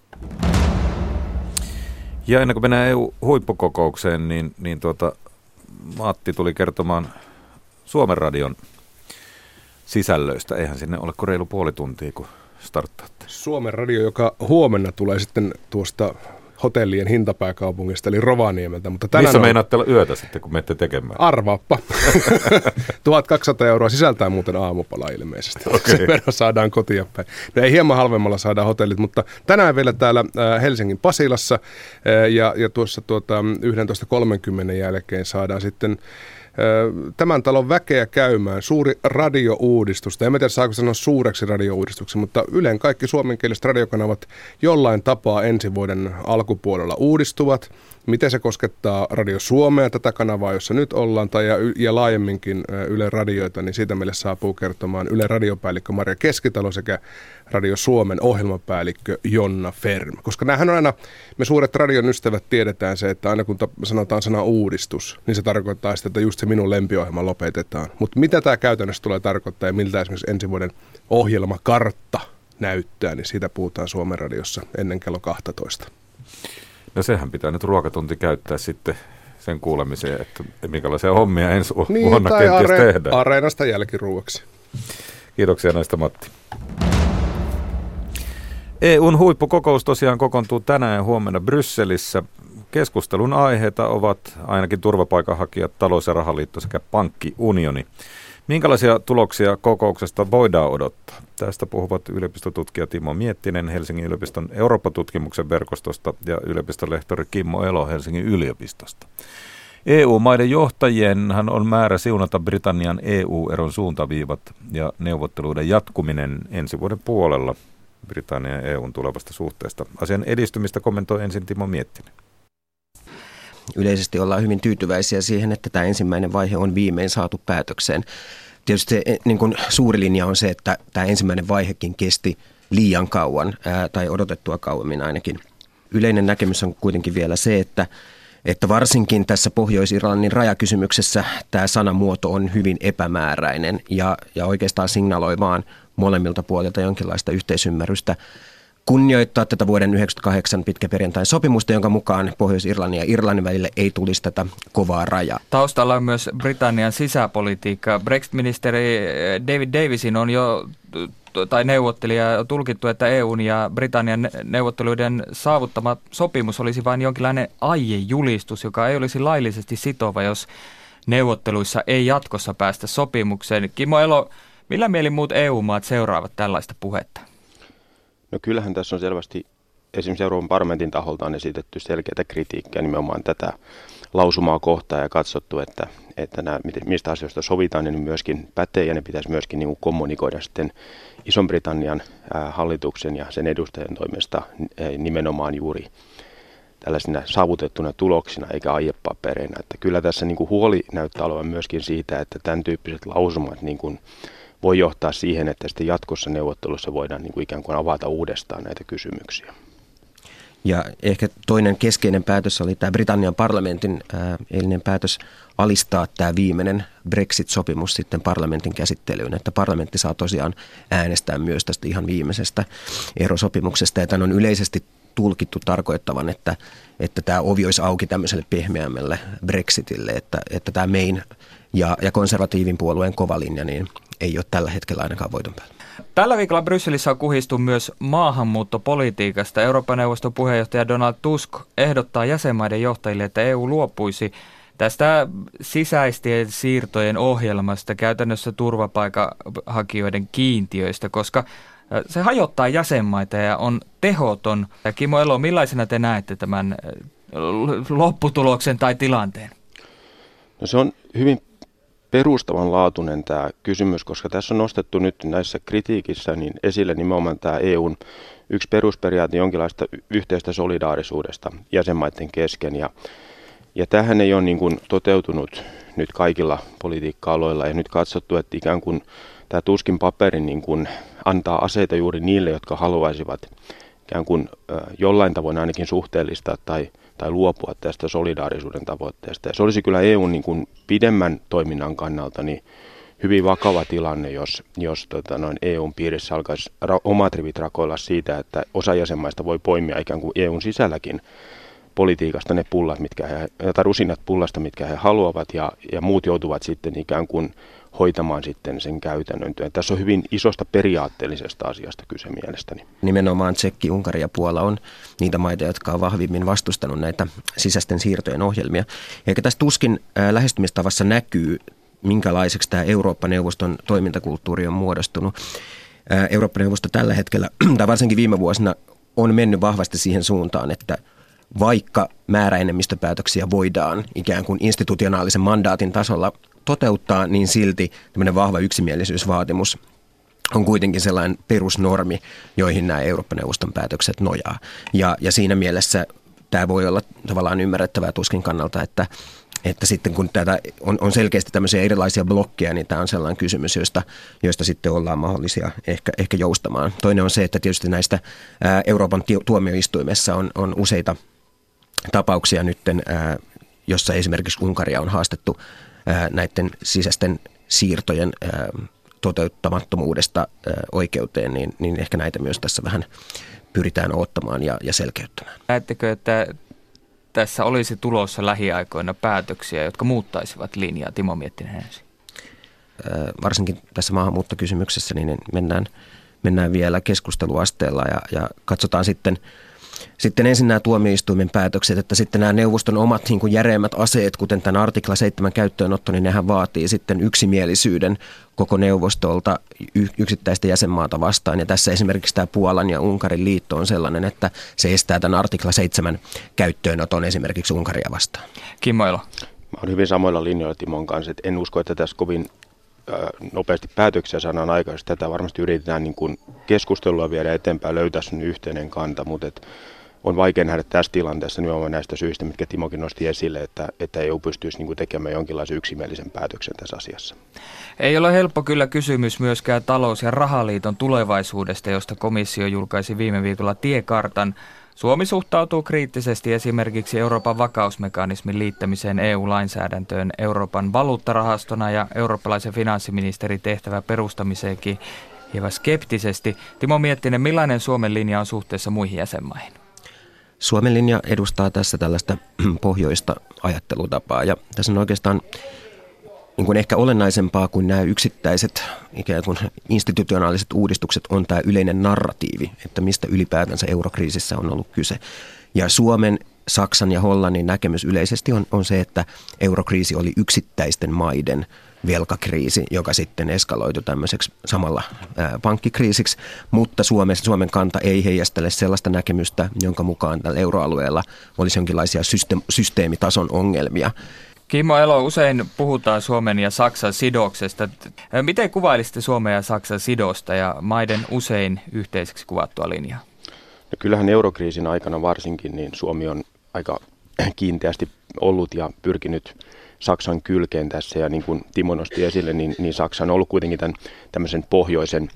Ja ennen kuin mennään EU-huippukokoukseen, niin Matti tuli kertomaan Suomen radion sisällöistä. Eihän sinne ole kuin reilu puoli tuntia, kun starttaatte. Suomen radio, joka huomenna tulee sitten tuosta hotellien hintapääkaupungista, eli Rovaniemeltä. Mutta missä meinaatte olla yötä sitten, kun menette tekemään? Arvaappa. 1200 € sisältää muuten aamupala ilmeisesti. Okay. Sen verran saadaan kotia päin. No ei, hieman halvemmalla saadaan hotellit, mutta tänään vielä täällä Helsingin Pasilassa ja tuossa 11.30 jälkeen saadaan sitten tämän talon väkeä käymään suuri radiouudistus. En tiedä, saako sanoa suureksi radiouudistuksen, mutta Ylen kaikki suomenkieliset radiokanavat jollain tapaa ensi vuoden alkupuolella uudistuvat. Miten se koskettaa Radio Suomea, tätä kanavaa, jossa nyt ollaan, ja laajemminkin Ylen radioita, niin siitä meille saapuu kertomaan Ylen radiopäällikkö Marja Keskitalo sekä Radio Suomen ohjelmapäällikkö Jonna Ferm. Koska näähän on aina, me suuret radion ystävät tiedetään se, että aina kun sanotaan sana uudistus, niin se tarkoittaa sitä, että just se minun lempiohjelma lopetetaan. Mutta mitä tämä käytännössä tulee tarkoittaa ja miltä esimerkiksi ensi vuoden ohjelmakartta näyttää, niin siitä puhutaan Suomen radiossa ennen kello 12. No sehän pitää nyt ruokatunti käyttää sitten sen kuulemiseen, että minkälaisia hommia ensi vuonna kenties tehdään. Areenasta jälkiruuaksi. Kiitoksia näistä, Matti. EUn huippukokous tosiaan kokoontuu tänään ja huomenna Brysselissä. Keskustelun aiheita ovat ainakin turvapaikanhakijat, talous- ja rahaliitto sekä pankkiunioni. Minkälaisia tuloksia kokouksesta voidaan odottaa? Tästä puhuvat yliopistotutkija Timo Miettinen Helsingin yliopiston Eurooppa-tutkimuksen verkostosta ja yliopistonlehtori Kimmo Elo Helsingin yliopistosta. EU-maiden johtajienhan on määrä siunata Britannian EU-eron suuntaviivat ja neuvotteluiden jatkuminen ensi vuoden puolella Britannian ja EUn tulevasta suhteesta. Asian edistymistä kommentoi ensin Timo Miettinen. Yleisesti ollaan hyvin tyytyväisiä siihen, että tämä ensimmäinen vaihe on viimein saatu päätökseen. Tietysti se, niin kuin suuri linja on se, että tämä ensimmäinen vaihekin kesti liian kauan tai odotettua kauemmin ainakin. Yleinen näkemys on kuitenkin vielä se, että varsinkin tässä Pohjois-Irlannin rajakysymyksessä tämä sanamuoto on hyvin epämääräinen ja oikeastaan signaloi vaan molemmilta puolilta jonkinlaista yhteisymmärrystä kunnioittaa tätä vuoden 1998 pitkäperjantain sopimusta, jonka mukaan Pohjois-Irlannin ja Irlannin välille ei tulisi tätä kovaa rajaa. Taustalla on myös Britannian sisäpolitiikka. Brexit-ministeri David Davisin on jo neuvottelija tulkittu, että EUn ja Britannian neuvotteluiden saavuttama sopimus olisi vain jonkinlainen aiejulistus, joka ei olisi laillisesti sitova, jos neuvotteluissa ei jatkossa päästä sopimukseen. Kimmo Elo, millä mielin muut EU-maat seuraavat tällaista puhetta? No kyllähän tässä on selvästi esimerkiksi Euroopan parlamentin taholta on esitetty selkeätä kritiikkiä nimenomaan tätä lausumaa kohtaan ja katsottu, että mistä asioista sovitaan, niin myöskin pätee ja ne pitäisi myöskin niin kuin kommunikoida sitten Ison-Britannian hallituksen ja sen edustajien toimesta nimenomaan juuri tällaisina saavutettuna tuloksina eikä aiepapereina. Että kyllä tässä niin kuin huoli näyttää olevan myöskin siitä, että tämän tyyppiset lausumat niin kuin voi johtaa siihen, että sitten jatkossa neuvottelussa voidaan niin kuin ikään kuin avata uudestaan näitä kysymyksiä. Ja ehkä toinen keskeinen päätös oli tämä Britannian parlamentin eilinen päätös alistaa tämä viimeinen Brexit-sopimus sitten parlamentin käsittelyyn, että parlamentti saa tosiaan äänestää myös tästä ihan viimeisestä erosopimuksesta, ja tämän on yleisesti tulkittu tarkoittavan, että tämä ovi olisi auki tämmöiselle pehmeämmälle Brexitille, että tämä Mayn ja konservatiivin puolueen kova linja niin ei ole tällä hetkellä ainakaan voiton päällä. Tällä viikolla Brysselissä on kuhistu myös maahanmuuttopolitiikasta. Euroopan neuvoston puheenjohtaja Donald Tusk ehdottaa jäsenmaiden johtajille, että EU luopuisi tästä sisäisten siirtojen ohjelmasta, käytännössä turvapaikanhakijoiden kiintiöistä, koska se hajottaa jäsenmaita ja on tehoton. Ja Kimmo Elo, millaisena te näette tämän lopputuloksen tai tilanteen? No se on hyvin perustavanlaatuinen tämä kysymys, koska tässä on nostettu nyt näissä kritiikissä niin esille nimenomaan tämä EUn yksi perusperiaate jonkinlaista yhteistä solidaarisuudesta jäsenmaiden kesken. Ja tämähän ei ole niin kuin toteutunut nyt kaikilla politiikka-aloilla ja nyt katsottu, että ikään kuin tämä Tuskin paperi niin kuin antaa aseita juuri niille, jotka haluaisivat ikään kuin jollain tavoin ainakin suhteellistaa tai luopua tästä solidaarisuuden tavoitteesta. Ja se olisi kyllä EUn niin kuin pidemmän toiminnan kannalta niin hyvin vakava tilanne, jos EUn piirissä alkaisi omat rivit rakoilla siitä, että osa jäsenmaista voi poimia ikään kuin EUn sisälläkin politiikasta ne pullat, rusinat pullasta, mitkä he haluavat, ja muut joutuvat sitten ikään kuin hoitamaan sitten sen käytännön työn. Tässä on hyvin isosta periaatteellisesta asiasta kyse mielestäni. Nimenomaan Tsekki, Unkari ja Puola on niitä maita, jotka on vahvimmin vastustanut näitä sisäisten siirtojen ohjelmia. Eikä tässä Tuskin lähestymistavassa näkyy, minkälaiseksi tämä Eurooppa-neuvoston toimintakulttuuri on muodostunut. Eurooppa-neuvosto tällä hetkellä, tai varsinkin viime vuosina, on mennyt vahvasti siihen suuntaan, että vaikka määräenemmistöpäätöksiä voidaan ikään kuin institutionaalisen mandaatin tasolla toteuttaa, niin silti tämmöinen vahva yksimielisyysvaatimus on kuitenkin sellainen perusnormi, joihin nämä Eurooppa-neuvoston päätökset nojaa. Ja siinä mielessä tämä voi olla tavallaan ymmärrettävää Tuskin kannalta, että sitten kun tätä on selkeästi tämmöisiä erilaisia blokkeja, niin tämä on sellainen kysymys, joista sitten ollaan mahdollisia ehkä joustamaan. Toinen on se, että tietysti näistä Euroopan tuomioistuimessa on useita tapauksia nytten, jossa esimerkiksi Unkaria on haastettu näiden sisäisten siirtojen toteuttamattomuudesta oikeuteen, niin ehkä näitä myös tässä vähän pyritään ottamaan ja selkeyttämään. Näettekö, että tässä olisi tulossa lähiaikoina päätöksiä, jotka muuttaisivat linjaa? Timo Miettinen ensin. Varsinkin tässä maahanmuuttokysymyksessä niin mennään vielä keskusteluasteella ja katsotaan sitten ensin nämä tuomioistuimen päätökset, että sitten nämä neuvoston omat niin kuin järeimmät aseet, kuten tämän artikla 7 käyttöönotto, niin nehän vaatii sitten yksimielisyyden koko neuvostolta yksittäistä jäsenmaata vastaan. Ja tässä esimerkiksi tämä Puolan ja Unkarin liitto on sellainen, että se estää tämän artikla 7 käyttöönoton esimerkiksi Unkaria vastaan. Kimmo Elo. Mä olen hyvin samoilla linjoilla Timon kanssa, että en usko, että tässä kovin nopeasti päätöksiä saadaan aikaisemmin. Tätä varmasti yritetään niin kuin keskustelua viedä eteenpäin, löytää sen yhteinen kanta, mutta on vaikea nähdä tässä tilanteessa nimenomaan näistä syistä, mitkä Timokin nosti esille, että EU pystyisi niin kuin tekemään jonkinlaisen yksimielisen päätöksen tässä asiassa. Ei ole helppo kyllä kysymys myöskään talous- ja rahaliiton tulevaisuudesta, josta komissio julkaisi viime viikolla tiekartan. Suomi suhtautuu kriittisesti esimerkiksi Euroopan vakausmekanismin liittämiseen EU-lainsäädäntöön Euroopan valuuttarahastona ja eurooppalaisen finanssiministerin tehtävän perustamiseenkin hieman skeptisesti. Timo Miettinen, millainen Suomen linja on suhteessa muihin jäsenmaihin? Suomen linja edustaa tässä tällaista pohjoista ajattelutapaa ja tässä on oikeastaan niin kuin ehkä olennaisempaa kuin nämä yksittäiset ikään kuin institutionaaliset uudistukset on tämä yleinen narratiivi, että mistä ylipäätänsä eurokriisissä on ollut kyse. Ja Suomen Saksan ja Hollannin näkemys yleisesti on se, että eurokriisi oli yksittäisten maiden velkakriisi, joka sitten eskaloitui tämmöiseksi samalla pankkikriisiksi, mutta Suomen kanta ei heijastele sellaista näkemystä, jonka mukaan tällä euroalueella olisi jonkinlaisia systeemitason ongelmia. Kimmo Elo, usein puhutaan Suomen ja Saksan sidoksesta. Miten kuvailisitte Suomen ja Saksan sidosta ja maiden usein yhteiseksi kuvattua linjaa? No kyllähän eurokriisin aikana varsinkin niin Suomi on aika kiinteästi ollut ja pyrkinyt Saksan kylkeen tässä, ja niin kuin Timo nosti esille, niin Saksa on ollut kuitenkin tämän tämmöisen pohjoisen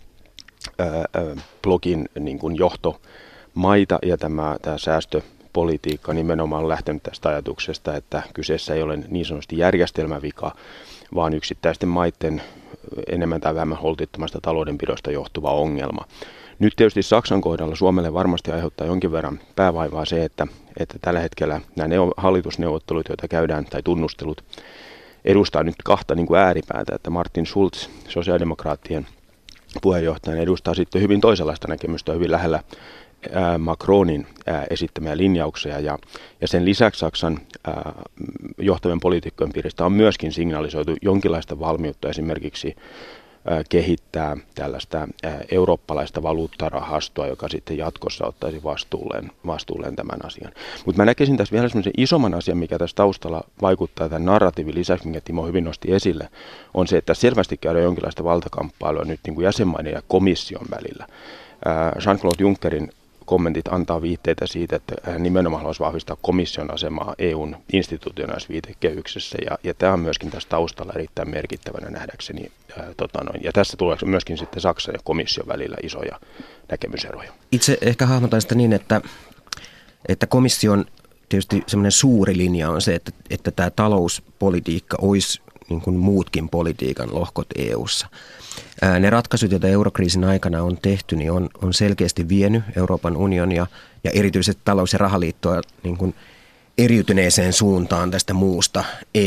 blogin niin kuin johtomaita, ja tämä säästöpolitiikka nimenomaan on lähtenyt tästä ajatuksesta, että kyseessä ei ole niin sanotusti järjestelmävika, vaan yksittäisten maiden enemmän tai vähemmän holtittomasta taloudenpidosta johtuva ongelma. Nyt tietysti Saksan kohdalla Suomelle varmasti aiheuttaa jonkin verran päävaivaa se, että tällä hetkellä nämä hallitusneuvottelut, joita käydään, tai tunnustelut, edustaa nyt kahta niin kuin ääripäätä, että Martin Schulz, sosiaalidemokraattien puheenjohtajana, edustaa sitten hyvin toisenlaista näkemystä, hyvin lähellä Macronin esittämiä linjauksia, ja sen lisäksi Saksan johtavien poliitikkojen piiristä on myöskin signalisoitu jonkinlaista valmiutta esimerkiksi kehittää tällaista eurooppalaista valuuttarahastoa, joka sitten jatkossa ottaisi vastuulleen tämän asian. Mutta mä näkisin tässä vielä semmoisen isomman asian, mikä tässä taustalla vaikuttaa tämän narratiivin lisäksi, minkä Timo hyvin nosti esille, on se, että selvästi käydään jonkinlaista valtakamppailua nyt niin kuin jäsenmaiden ja komission välillä. Jean-Claude Junckerin kommentit antaa viitteitä siitä, että hän nimenomaan haluaisi vahvistaa komission asemaa EUn institutionaalisessa viitekehyksessä, ja tämä on myöskin tässä taustalla erittäin merkittävänä nähdäkseni. Ja tässä tulee myöskin sitten Saksan ja komission välillä isoja näkemyseroja. Itse ehkä hahmotan sitä niin, että komission tietysti semmoinen suuri linja on se, että tämä talouspolitiikka olisi niin kuin muutkin politiikan lohkot EU:ssa. Ne ratkaisut, joita eurokriisin aikana on tehty, niin on selkeästi vienyt Euroopan unionia ja erityisesti talous- ja rahaliittoa niin kuin eriytyneeseen suuntaan tästä muusta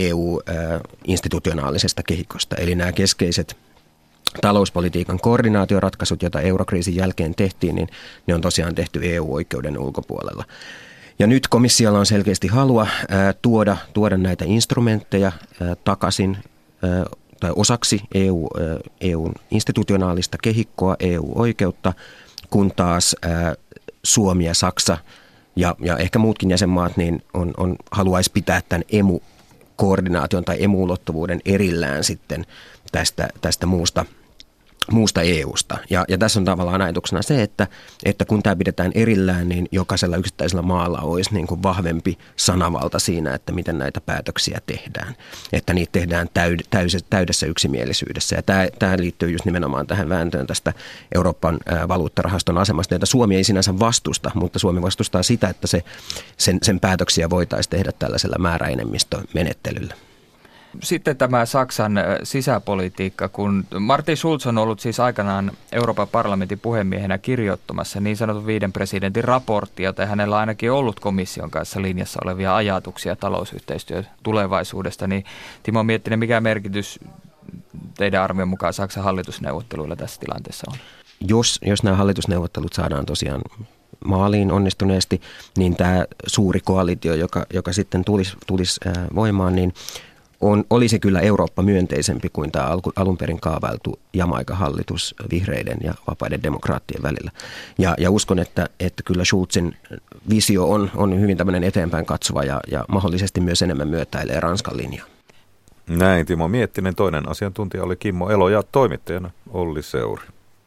EU-institutionaalisesta kehikosta. Eli nämä keskeiset talouspolitiikan koordinaatioratkaisut, joita eurokriisin jälkeen tehtiin, niin ne on tosiaan tehty EU-oikeuden ulkopuolella. Ja nyt komissiolla on selkeästi halua tuoda näitä instrumentteja takaisin tai osaksi EUn institutionaalista kehikkoa, EU-oikeutta, kun taas Suomi ja Saksa ja ehkä muutkin jäsenmaat niin haluaisi pitää tämän emu-koordinaation tai emu-ulottuvuuden erillään sitten tästä muusta EUsta. Ja tässä on tavallaan ajatuksena se, että kun tämä pidetään erillään, niin jokaisella yksittäisellä maalla olisi niin kuin vahvempi sanavalta siinä, että miten näitä päätöksiä tehdään. Että niitä tehdään täydessä yksimielisyydessä. Ja tämä liittyy just nimenomaan tähän vääntöön tästä Euroopan valuuttarahaston asemasta, jota Suomi ei sinänsä vastusta, mutta Suomi vastustaa sitä, että sen päätöksiä voitaisiin tehdä tällaisella määräenemmistömenettelyllä. Sitten tämä Saksan sisäpolitiikka, kun Martin Schulz on ollut siis aikanaan Euroopan parlamentin puhemiehenä kirjoittamassa niin sanotun 5 presidentin raporttia, jota hänellä on ainakin ollut komission kanssa linjassa olevia ajatuksia talousyhteistyön tulevaisuudesta, niin Timo Miettinen, mikä merkitys teidän arvion mukaan Saksan hallitusneuvotteluilla tässä tilanteessa on? Jos nämä hallitusneuvottelut saadaan tosiaan maaliin onnistuneesti, niin tämä suuri koalitio, joka sitten tulisi voimaan, niin olisi kyllä Eurooppa-myönteisempi kuin tämä alun perin kaavailtu Jamaica-hallitus vihreiden ja vapaiden demokraattien välillä. Ja uskon, että kyllä Schulzin visio on hyvin tämmöinen eteenpäin katsova ja mahdollisesti myös enemmän myötäilee Ranskan linjaa. Näin Timo Miettinen, toinen asiantuntija oli Kimmo Elo ja toimittajana Olli Seuri.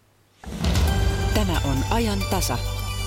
Tämä on ajan tasa.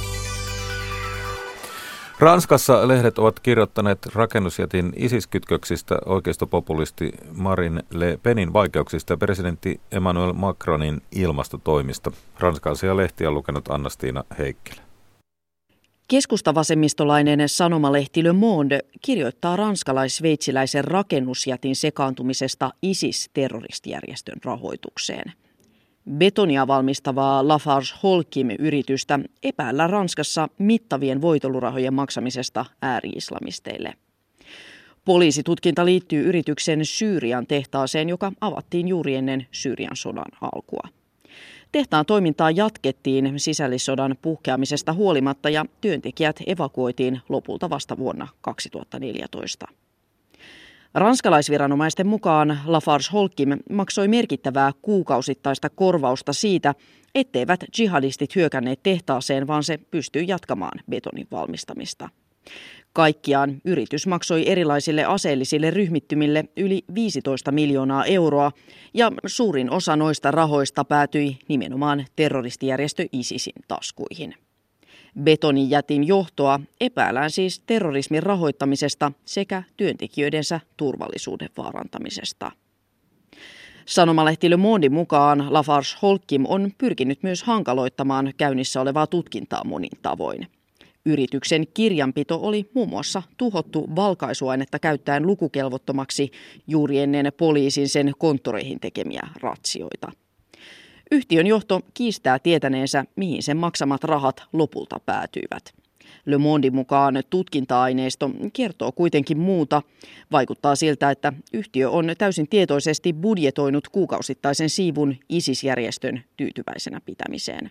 Ranskassa lehdet ovat kirjoittaneet rakennusjätin ISIS-kytköksistä, oikeistopopulisti Marine Le Penin vaikeuksista ja presidentti Emmanuel Macronin ilmastotoimista. Ranskalaisia lehtiä on lukenut Anna-Stiina Heikkilä. Keskustavasemmistolainen sanomalehti Le Monde kirjoittaa ranskalais-sveitsiläisen rakennusjätin sekaantumisesta ISIS-terroristijärjestön rahoitukseen. Betonia valmistavaa Lafarge-Holcim-yritystä epäillään Ranskassa mittavien voitelurahojen maksamisesta ääri-islamisteille. Poliisitutkinta liittyy yrityksen Syyrian tehtaaseen, joka avattiin juuri ennen Syyrian sodan alkua. Tehtaan toimintaa jatkettiin sisällissodan puhkeamisesta huolimatta ja työntekijät evakuoitiin lopulta vasta vuonna 2014. Ranskalaisviranomaisten mukaan Lafarge-Holcim maksoi merkittävää kuukausittaista korvausta siitä, etteivät jihadistit hyökänneet tehtaaseen, vaan se pystyi jatkamaan betonin valmistamista. Kaikkiaan yritys maksoi erilaisille aseellisille ryhmittymille yli 15 miljoonaa euroa ja suurin osa noista rahoista päätyi nimenomaan terroristijärjestö ISISin taskuihin. Betonin jätin johtoa epäillään siis terrorismin rahoittamisesta sekä työntekijöidensä turvallisuuden vaarantamisesta. Sanomalehti Le Mondin mukaan Lafarge-Holcim on pyrkinyt myös hankaloittamaan käynnissä olevaa tutkintaa monin tavoin. Yrityksen kirjanpito oli muun muassa tuhottu valkaisuainetta käyttäen lukukelvottomaksi juuri ennen poliisin sen konttoreihin tekemiä ratsioita. Yhtiön johto kiistää tietäneensä, mihin sen maksamat rahat lopulta päätyivät. Le Mondin mukaan tutkinta-aineisto kertoo kuitenkin muuta. Vaikuttaa siltä, että yhtiö on täysin tietoisesti budjetoinut kuukausittaisen siivun ISIS-järjestön tyytyväisenä pitämiseen.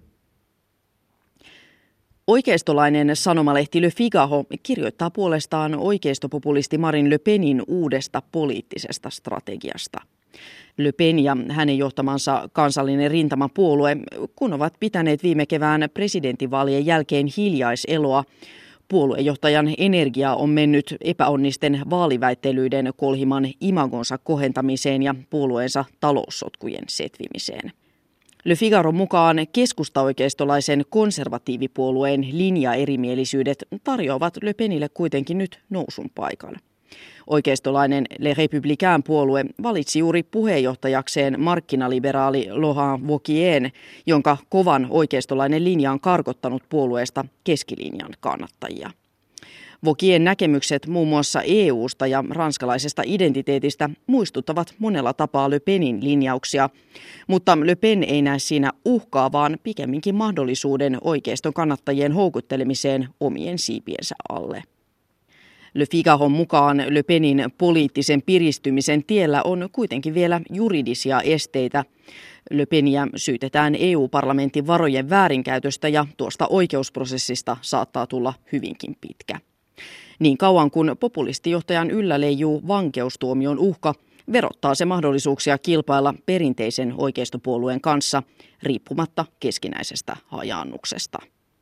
Oikeistolainen sanomalehti Le Figaro kirjoittaa puolestaan oikeistopopulisti Marine Le Penin uudesta poliittisesta strategiasta. Le Pen ja hänen johtamansa kansallinen rintamapuolue, kun ovat pitäneet viime kevään presidentinvaalien jälkeen hiljaiseloa, puoluejohtajan energia on mennyt epäonnisten vaaliväittelyiden kolhiman imagonsa kohentamiseen ja puolueensa taloussotkujen setvimiseen. Le Figaro mukaan keskustaoikeistolaisen konservatiivipuolueen linjaerimielisyydet tarjoavat Le Penille kuitenkin nyt nousun paikan. Oikeistolainen Les Républicains-puolue valitsi juuri puheenjohtajakseen markkinaliberaali Laurent Wauquillen, jonka kovan oikeistolainen linja on karkottanut puolueesta keskilinjan kannattajia. Wauquillen näkemykset muun muassa EU:sta ja ranskalaisesta identiteetistä muistuttavat monella tapaa Le Penin linjauksia, mutta Le Pen ei näe siinä uhkaa, vaan pikemminkin mahdollisuuden oikeiston kannattajien houkuttelemiseen omien siipiensä alle. Le Figaron mukaan Le Penin poliittisen piristymisen tiellä on kuitenkin vielä juridisia esteitä. Le Peniä syytetään EU-parlamentin varojen väärinkäytöstä ja tuosta oikeusprosessista saattaa tulla hyvinkin pitkä. Niin kauan kuin populistijohtajan yllä leijuu vankeustuomion uhka, verottaa se mahdollisuuksia kilpailla perinteisen oikeistopuolueen kanssa riippumatta keskinäisestä hajaannuksesta.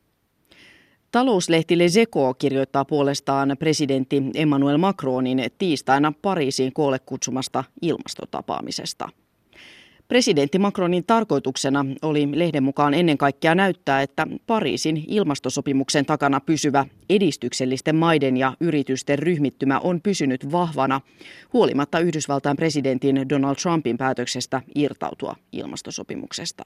Talouslehti Les Echos kirjoittaa puolestaan presidentti Emmanuel Macronin tiistaina Pariisiin koolle kutsumasta ilmastotapaamisesta. Presidentti Macronin tarkoituksena oli lehden mukaan ennen kaikkea näyttää, että Pariisin ilmastosopimuksen takana pysyvä edistyksellisten maiden ja yritysten ryhmittymä on pysynyt vahvana huolimatta Yhdysvaltain presidentin Donald Trumpin päätöksestä irtautua ilmastosopimuksesta.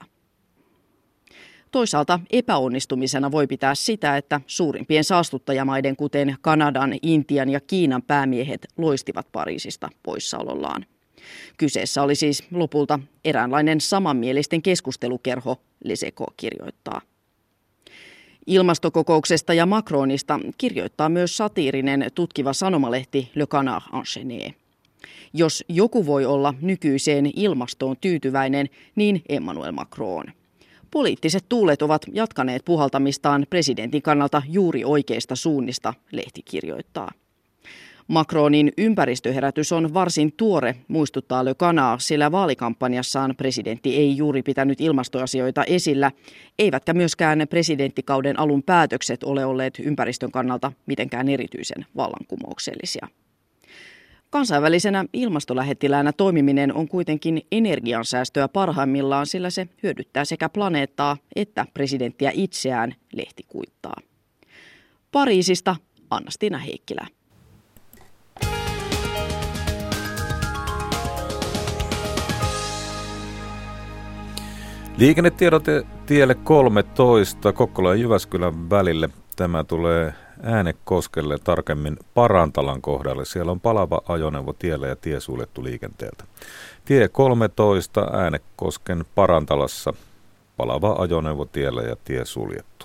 Toisaalta epäonnistumisena voi pitää sitä, että suurimpien saastuttajamaiden kuten Kanadan, Intian ja Kiinan päämiehet loistivat Pariisista poissaolollaan. Kyseessä oli siis lopulta eräänlainen samanmielisten keskustelukerho, Les Echos kirjoittaa. Ilmastokokouksesta ja Macronista kirjoittaa myös satiirinen tutkiva sanomalehti Le Canard Enchaîné. Jos joku voi olla nykyiseen ilmastoon tyytyväinen, niin Emmanuel Macron. Poliittiset tuulet ovat jatkaneet puhaltamistaan presidentin kannalta juuri oikeista suunnista, lehti kirjoittaa. Macronin ympäristöherätys on varsin tuore, muistuttaa Le Canard, sillä vaalikampanjassaan presidentti ei juuri pitänyt ilmastoasioita esillä, eivätkä myöskään presidenttikauden alun päätökset ole olleet ympäristön kannalta mitenkään erityisen vallankumouksellisia. Kansainvälisenä ilmastolähettiläänä toimiminen on kuitenkin energiansäästöä parhaimmillaan, sillä se hyödyttää sekä planeettaa että presidenttiä itseään, lehti kuittaa. Pariisista Anna-Stina Heikkilä. Liikennetiedote tielle 13 Kokkola ja Jyväskylän välille. Tämä tulee Äänekoskelle, tarkemmin Parantalan kohdalle. Siellä on palava ajoneuvo tiellä ja tie suljettu liikenteeltä. Tie 13 Äänekosken Parantalassa. Palava ajoneuvo tiellä ja tie suljettu.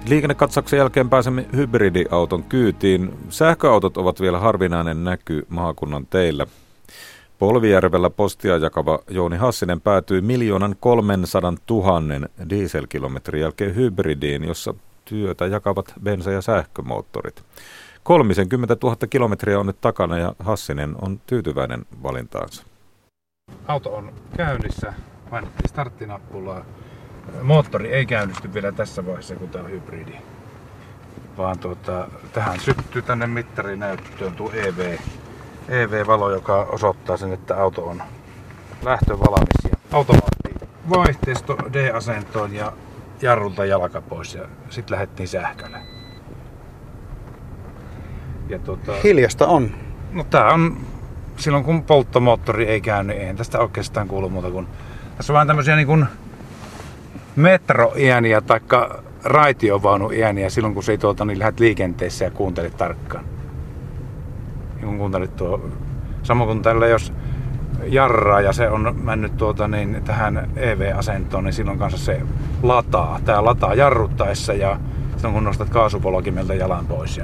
Liikennekatsauksen jälkeen pääsemme hybridiauton kyytiin. Sähköautot ovat vielä harvinainen näky maakunnan teillä. Polvijärvellä postia jakava Jouni Hassinen päätyi 1 300 000 dieselkilometrin jälkeen hybridiin, jossa työtä jakavat bensa- ja sähkömoottorit. 30 000 kilometriä on nyt takana ja Hassinen on tyytyväinen valintaansa. Auto on käynnissä, painettiin starttinappulaa. Moottori ei käynnisty vielä tässä vaiheessa, kun tämä on hybridi. Vaan tähän syttyy tänne mittarinäyttöön tuo EV-valo, joka osoittaa sen, että auto on lähtövalmis. Ja automaatti vaihteisto D-asentoon ja jarrulta jalka pois ja sitten lähdettiin sähkölle. Ja hiljasta on. No tää on, silloin kun polttomoottori ei käy, niin ei tästä oikeastaan kuulu muuta kuin... Tässä on vähän tämmösiä niin kuin metroiäniä tai raitiovaunuiäniä silloin, kun se ei niin lähdet liikenteessä ja kuuntelit tarkkaan. Niin kun kuuntelit samoin kuin tällä, jos jarraa ja se on mennyt tähän EV-asentoon, niin silloin kanssa se lataa. Tää lataa jarruttaessa ja silloin kun nostat kaasupolkimelta jalan pois.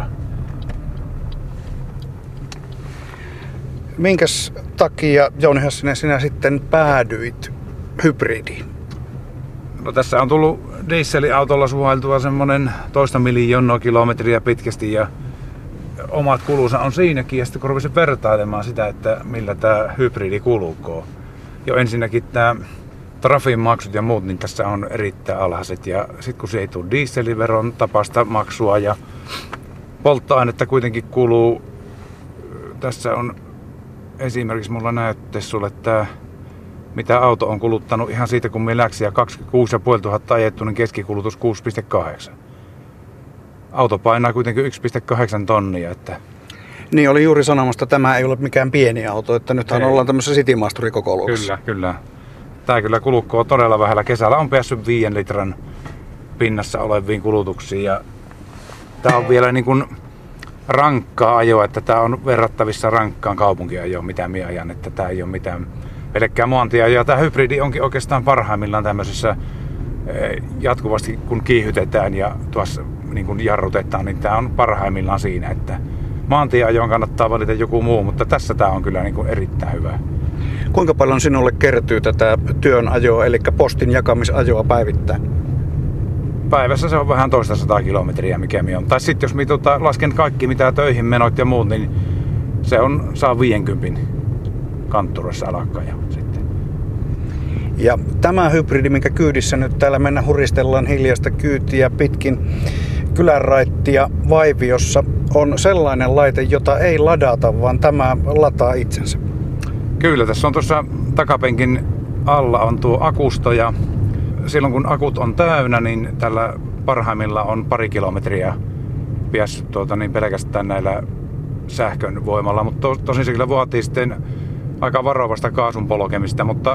Minkäs takia, Jouni Hassinen, sinä sitten päädyit hybridiin? No tässä on tullut dieselautolla suhailtua semmonen 200 000 kilometriä pitkästi ja omat kulunsa on siinäkin. Ja sitten kun rupesin vertailemaan sitä, että millä tämä hybridi kulukoo. Jo ensinnäkin tämä trafin maksut ja muut, niin tässä on erittäin alhaiset. Ja sitten kun se ei tule dieseliveron tapasta maksua ja polttoainetta kuitenkin kuluu. Tässä on esimerkiksi mulla näytte sulle tämä, mitä auto on kuluttanut ihan siitä, kun me läksiä 26 500 ajettu, niin keskikulutus 6,8. Auto painaa kuitenkin 1,8 tonnia. Että... Niin, oli juuri sanomasta, että tämä ei ole mikään pieni auto, että nythän ollaan tämmöisessä citymaasturikokoluokassa. Kyllä. Tämä kyllä kulukoo todella vähällä. Kesällä on päässyt 5 litran pinnassa oleviin kulutuksiin ja tämä on vielä niin kuin rankkaa ajoa, että tämä on verrattavissa rankkaan kaupunkiajoon, mitä minä ajan, että tämä ei ole mitään pelkkää maantieajoa. Tämä hybridi onkin oikeastaan parhaimmillaan tämmöisessä jatkuvasti kun kiihytetään ja tuossa niin kun jarrutetaan, niin tämä on parhaimmillaan siinä, että maantieajoon kannattaa valita joku muu, mutta tässä tämä on kyllä niin kuin erittäin hyvä. Kuinka paljon sinulle kertyy tätä työnajoa, eli postin jakamisajoa päivittäin? Päivässä se on vähän 200 kilometriä, mikä mi on. Tai sitten jos lasken kaikki mitä töihin menot ja muut, niin se saa 50 kantturassa alkaa jo sitten. Ja tämä hybridi, minkä kyydissä nyt täällä mennä huristellaan hiljaista kyytiä pitkin kylänraittia Vaiviossa, on sellainen laite, jota ei ladata, vaan tämä lataa itsensä. Kyllä, tässä on tuossa takapenkin alla on tuo akusto ja silloin kun akut on täynnä, niin tällä parhaimmilla on 2 kilometriä päässyt pelkästään näillä sähkön voimalla, mutta tosin se kyllä vaatii sitten aika varovasta kaasun polkemista, mutta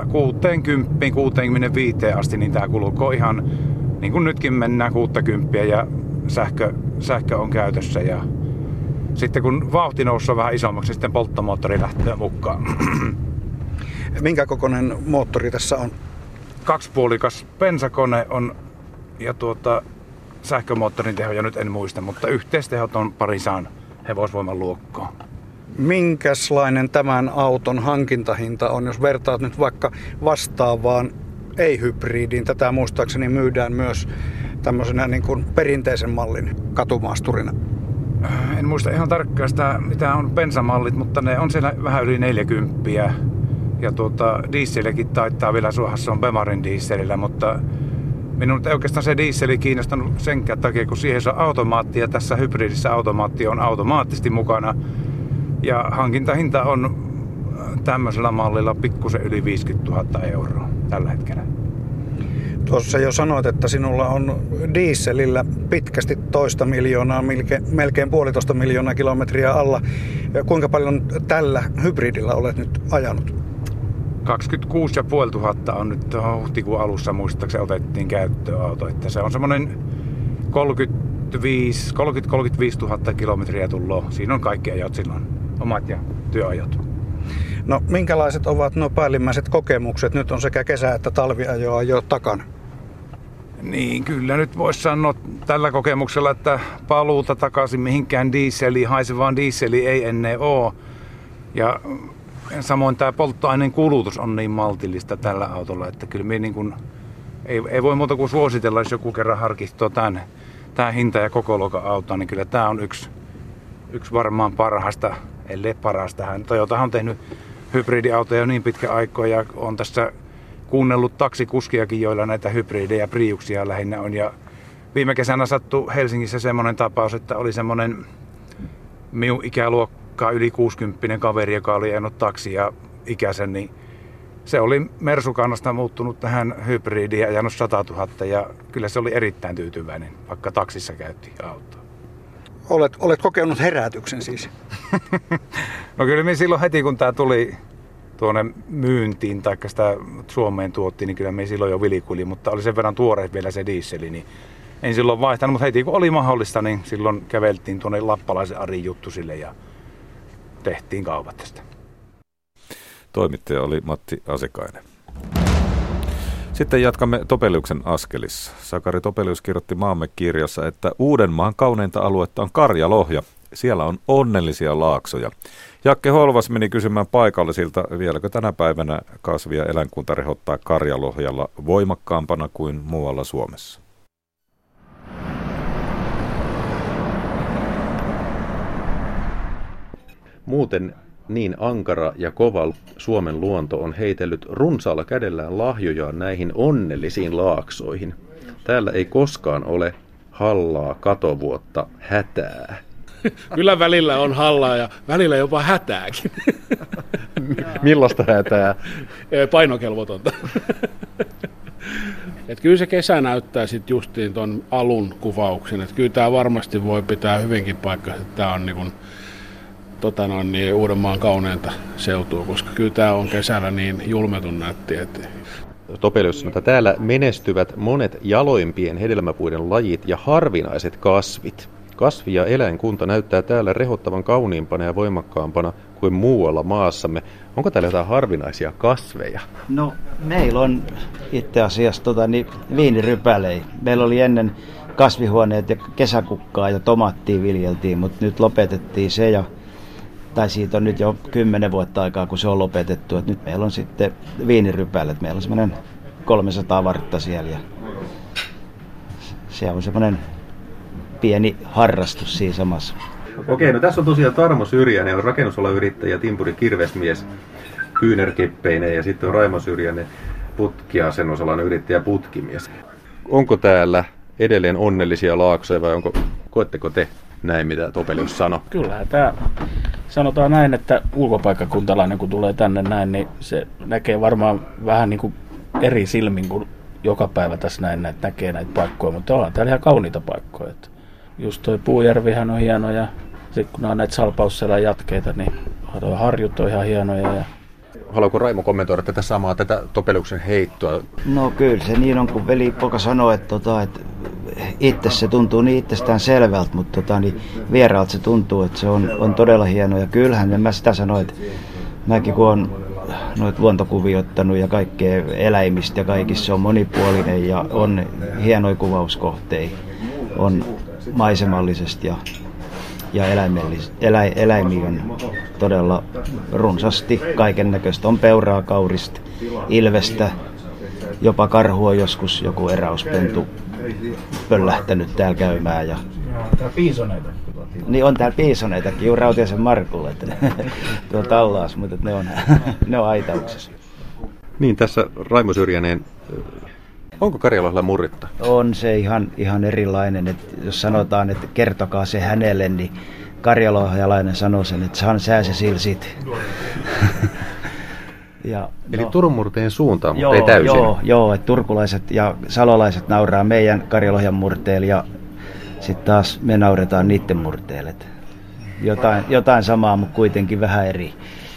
60-65 asti niin tämä kuluu ihan niin kuin nytkin mennään 60 ja sähkö on käytössä ja sitten kun vauhti noussut vähän isommaksi, sitten polttomoottori lähtee mukaan. Minkä kokoinen moottori tässä on? 2-puolikas bensakone on ja sähkömoottorin tehoja nyt en muista, mutta yhteistehot on 200 hevosvoiman luokkaa. Minkälainen tämän auton hankintahinta on, jos vertaat nyt vaikka vastaavaan ei-hybridiin? Tätä muistaakseni myydään myös tämmöisenä niin kuin perinteisen mallin katumaasturina. En muista ihan tarkkaan sitä, mitä on bensamallit, mutta ne on siellä vähän yli 40. Ja dieselikin taittaa vielä suohassa, se on Bemarin dieselillä, mutta minun ei oikeastaan se dieseli kiinnostanut senkään takia, kun siihen on automaatti ja tässä hybridissä automaatti on automaattisesti mukana. Ja hankintahinta on tämmöisellä mallilla pikkusen yli 50 000 euroa tällä hetkellä. Tuossa jo sanoit, että sinulla on dieselillä pitkästi 200 miljoonaa, melkein 1,5 miljoonaa kilometriä alla. Kuinka paljon tällä hybridillä olet nyt ajanut? 26 500 on nyt huhtikuun alussa muistaakseni otettiin käyttöön auto. Että se on semmoinen 30-35 000 kilometriä tullut. Siinä on kaikki ajot silloin, omat ja työajot. No minkälaiset ovat nuo päällimmäiset kokemukset? Nyt on sekä kesä- että talviajoa jo takana. Niin, kyllä nyt voisi sanoa tällä kokemuksella, että paluuta takaisin mihinkään dieseliin, haisevaan dieseliin ei ennen ole. Ja samoin tämä polttoaineen kulutus on niin maltillista tällä autolla, että kyllä me niin kuin, ei voi muuta kuin suositella, jos joku kerran harkistuu tämän hinta- ja koko luokan autoa, niin kyllä tämä on yksi varmaan parhaista, ellei parasta. Toyotahan on tehnyt hybridiautoja jo niin pitkä aikaa ja on tässä kuunnellut taksikuskiakin, joilla näitä hybridejä, Priuksia lähinnä on. Ja viime kesänä sattui Helsingissä semmoinen tapaus, että oli semmoinen minun ikäluokkaa yli 60 kaveri, joka oli ajanut taksia ikäisen, niin se oli Mersukannasta muuttunut tähän hybridiin ja ajanut 100 000 ja kyllä se oli erittäin tyytyväinen, vaikka taksissa käytiin autoa. Olet kokenut herätyksen siis? No kyllä minä silloin heti kun tämä tuli tuonne myyntiin tai sitä Suomeen tuotti, niin kyllä me silloin jo vilikuili, mutta oli sen verran tuoreet vielä se dieseli, niin en silloin vaihtanut, mutta heti kun oli mahdollista, niin silloin käveltiin tuonne Lappalaisen Arin Juttusille ja tehtiin kaupat tästä. Toimittaja oli Matti Asikainen. Sitten jatkamme Topeliuksen askelissa. Sakari Topelius kirjoitti Maamme kirjassa, että Uudenmaan kauneinta aluetta on Karjalohja. Siellä on onnellisia laaksoja. Jakke Holvas meni kysymään paikallisilta, vieläkö tänä päivänä kasvi- ja eläinkunta rehottaa Karjalohjalla voimakkaampana kuin muualla Suomessa. Muuten niin ankara ja kova Suomen luonto on heitellyt runsaalla kädellään lahjojaan näihin onnellisiin laaksoihin. Täällä ei koskaan ole hallaa, katovuotta, hätää. Kyllä välillä on hallaa ja välillä jopa hätääkin. Millaista hätää? Painokelvotonta. Et kyllä se kesä näyttää sitten justiin ton alun kuvauksen. Et kyllä tämä varmasti voi pitää hyvinkin paikkaa, että tämä on niin Uudenmaan kauneinta seutua, koska kyllä tämä on kesällä niin julmetun nätti. Topelius sanoo, että täällä menestyvät monet jaloimpien hedelmäpuiden lajit ja harvinaiset kasvit. Kasvi- ja eläinkunta näyttää täällä rehottavan kauniimpana ja voimakkaampana kuin muualla maassamme. Onko täällä jotain harvinaisia kasveja? No, meillä on itse asiassa viinirypälejä. Meillä oli ennen kasvihuoneet ja kesäkukkaa ja tomaattia viljeltiin, mutta nyt lopetettiin se tai siitä on nyt jo 10 vuotta aikaa, kun se on lopetettu. Et nyt meillä on sitten viinirypälet. Meillä on semmoinen 300 vartta siellä ja se on semmoinen pieni harrastus siinä samassa. Okei, no tässä on tosiaan Tarmo Syrjänen, on rakennusalayrittäjä, timpuri kirvesmies, kyynärkeppeineen ja sitten on Raimo Syrjänen, putkiasennusalan yrittäjä, putkimies. Onko täällä edelleen onnellisia laaksoja vai koetteko te näin, mitä Topelius sanoi? Kyllähän tämä sanotaan näin, että ulkopaikkakuntalainen kun tulee tänne näin, niin se näkee varmaan vähän niin kuin eri silmin kuin joka päivä tässä näin näkee näitä paikkoja, mutta onhan täällä ihan kauniita paikkoja. Just toi Puujärvihän on hieno ja sitten kun on näitä Salpausselän jatkeita, niin harjut on ihan hienoja. Haluaako Raimo kommentoida tätä samaa, tätä Topeliuksen heittoa? No kyllä se niin on, kun veli-poika sanoi, että itse se tuntuu niin itsestään selvältä, mutta niin vieraalta se tuntuu, että se on todella hieno. Ja kyllähän mä sitä sanoin, että mäkin kun on noita luontokuvia ottanut ja kaikkea eläimistä ja kaikissa, se on monipuolinen ja on hienoja kuvauskohteita. On maisemallisesti ja eläimiä on todella runsasti. Kaiken näköistä on peuraa, kaurista, ilvestä, jopa karhua joskus joku eräyspentu pöllähtänyt täällä käymään. Ja täällä piisoneita. Niin on täällä piisoneitakin, juuri Rautiaisen Markulle, tuolla tallaas, mutta ne on aitauksessa. Niin, tässä Raimo Syrjänen, onko Karjalohjalla murritta? On se ihan erilainen, että jos sanotaan, että kertokaa se hänelle, niin karjalohjalainen sanoo sen, että saan sää se silsit. Eli Turun murteen suuntaan, mutta ei täysin. Joo, että turkulaiset ja salolaiset nauraa meidän Karjalohjan murteelle ja sitten taas me nauretaan niiden murteelle. Jotain samaa, mutta kuitenkin vähän eri.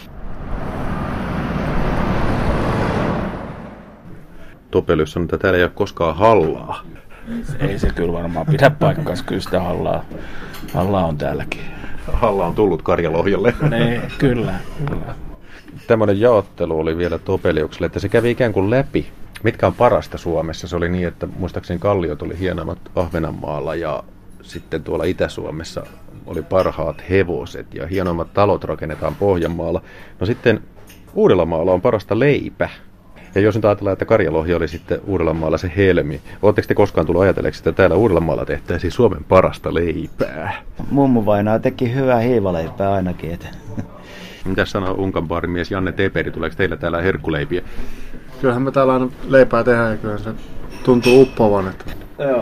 Topelius sanoi, että täällä ei ole koskaan hallaa. Ei se kyllä varmaan pidä paikkaansa, kyllä sitä hallaa on täälläkin. Halla on tullut Karjalohjalle. Kyllä. Tämmöinen jaottelu oli vielä Topeliukselle, että se kävi ikään kuin läpi Mitkä on parasta Suomessa? Se oli niin, että muistaakseni kalliot oli hienommat Ahvenanmaalla ja sitten tuolla Itä-Suomessa oli parhaat hevoset ja hienommat talot rakennetaan Pohjanmaalla. No sitten Uudellamaalla on parasta leipä. Ja jos nyt ajatellaan, että karjalohja oli sitten Uudellamaalla se helmi. Oletteko te koskaan tullut ajatelleeksi, että täällä Uudellamaalla tehtäisiin Suomen parasta leipää? Mummu vainaa teki hyvää hiivaleipää ainakin. Että. Mitäs sanoo Unkan baarimies Janne Teperi? Tuleeko teillä täällä herkkuleipiä? Kyllähän me täällä aina leipää tehdään ja kyllä se tuntuu uppoavan. Että. Joo.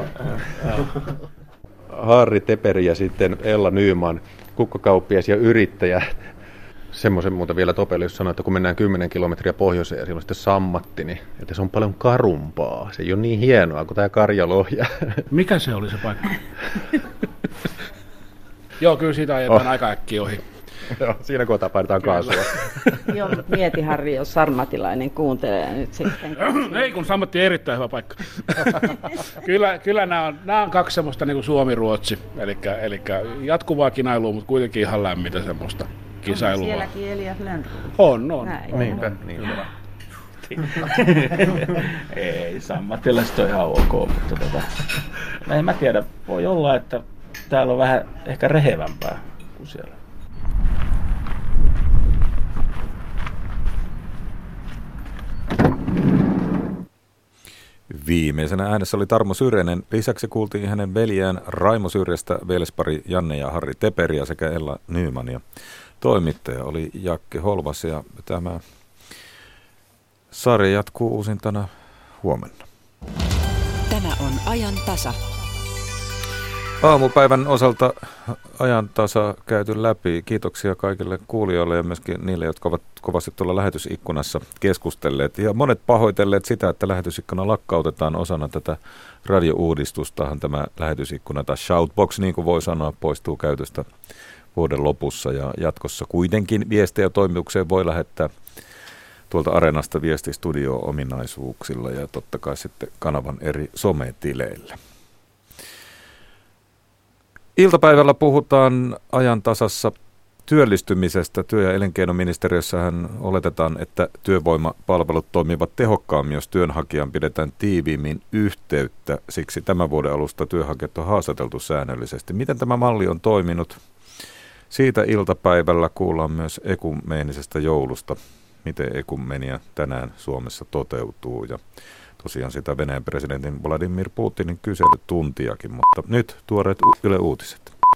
Harri Teperi ja sitten Ella Nyman, kukkakauppias ja yrittäjä. Semmoisen muuta vielä Topelius sanoi, että kun mennään 10 kilometriä pohjoiseen ja siellä on sitten sammatti, niin että se on paljon karumpaa. Se ei ole niin hienoa kuin tämä karjalohja. Mikä se oli se paikka? Joo, kyllä siitä ajetaan aika äkkiä ohi. Joo, siinä kohtaa painetaan kaasua. Joo, mieti Harri, jos sarmatilainen kuuntelee nyt sitten. Ei, kun Sammatti on erittäin hyvä paikka. kyllä nämä on kaksi semmoista niin kuin Suomi-Ruotsi, eli jatkuvaa kinailua, mutta kuitenkin ihan lämmintä semmoista kisailua. Sielläkin Elias Lönnrot. On. Niinpä. Ei, sammattilaiset on ihan ok, mutta en mä tiedä, voi olla, että täällä on vähän ehkä rehevämpää kuin siellä. Viimeisenä äänessä oli Tarmo Syrjänen. Lisäksi kuultiin hänen veljään Raimo Syrjästä, velespari Janne ja Harri Teperiä sekä Ella Nyman. Ja toimittaja oli Jakke Holvas ja tämä sarja jatkuu uusintana huomenna. Tämä on ajan tasa. Aamupäivän osalta ajan tasa käyty läpi. Kiitoksia kaikille kuulijoille ja myöskin niille, jotka ovat kovasti tuolla lähetysikkunassa keskustelleet. Ja monet pahoitelleet sitä, että lähetysikkuna lakkautetaan osana tätä radiouudistustahan. Tämä lähetysikkuna tai shoutbox, niin kuin voi sanoa, poistuu käytöstä vuoden lopussa. Ja jatkossa kuitenkin viestejä toimitukseen voi lähettää tuolta Areenasta viestistudio-ominaisuuksilla ja totta kai sitten kanavan eri sometileillä. Iltapäivällä puhutaan ajan tasassa työllistymisestä. Työ- ja elinkeinoministeriössähän oletetaan, että työvoimapalvelut toimivat tehokkaammin, jos työnhakijan pidetään tiiviimmin yhteyttä. Siksi tämän vuoden alusta työnhakijat on haastateltu säännöllisesti. Miten tämä malli on toiminut? Siitä iltapäivällä kuullaan myös ekumeenisestä joulusta. Miten ekumenia tänään Suomessa toteutuu ja tosiaan sitä Venäjän presidentin Vladimir Putinin kyselytuntiakin, mutta nyt tuoreet Yle Uutiset.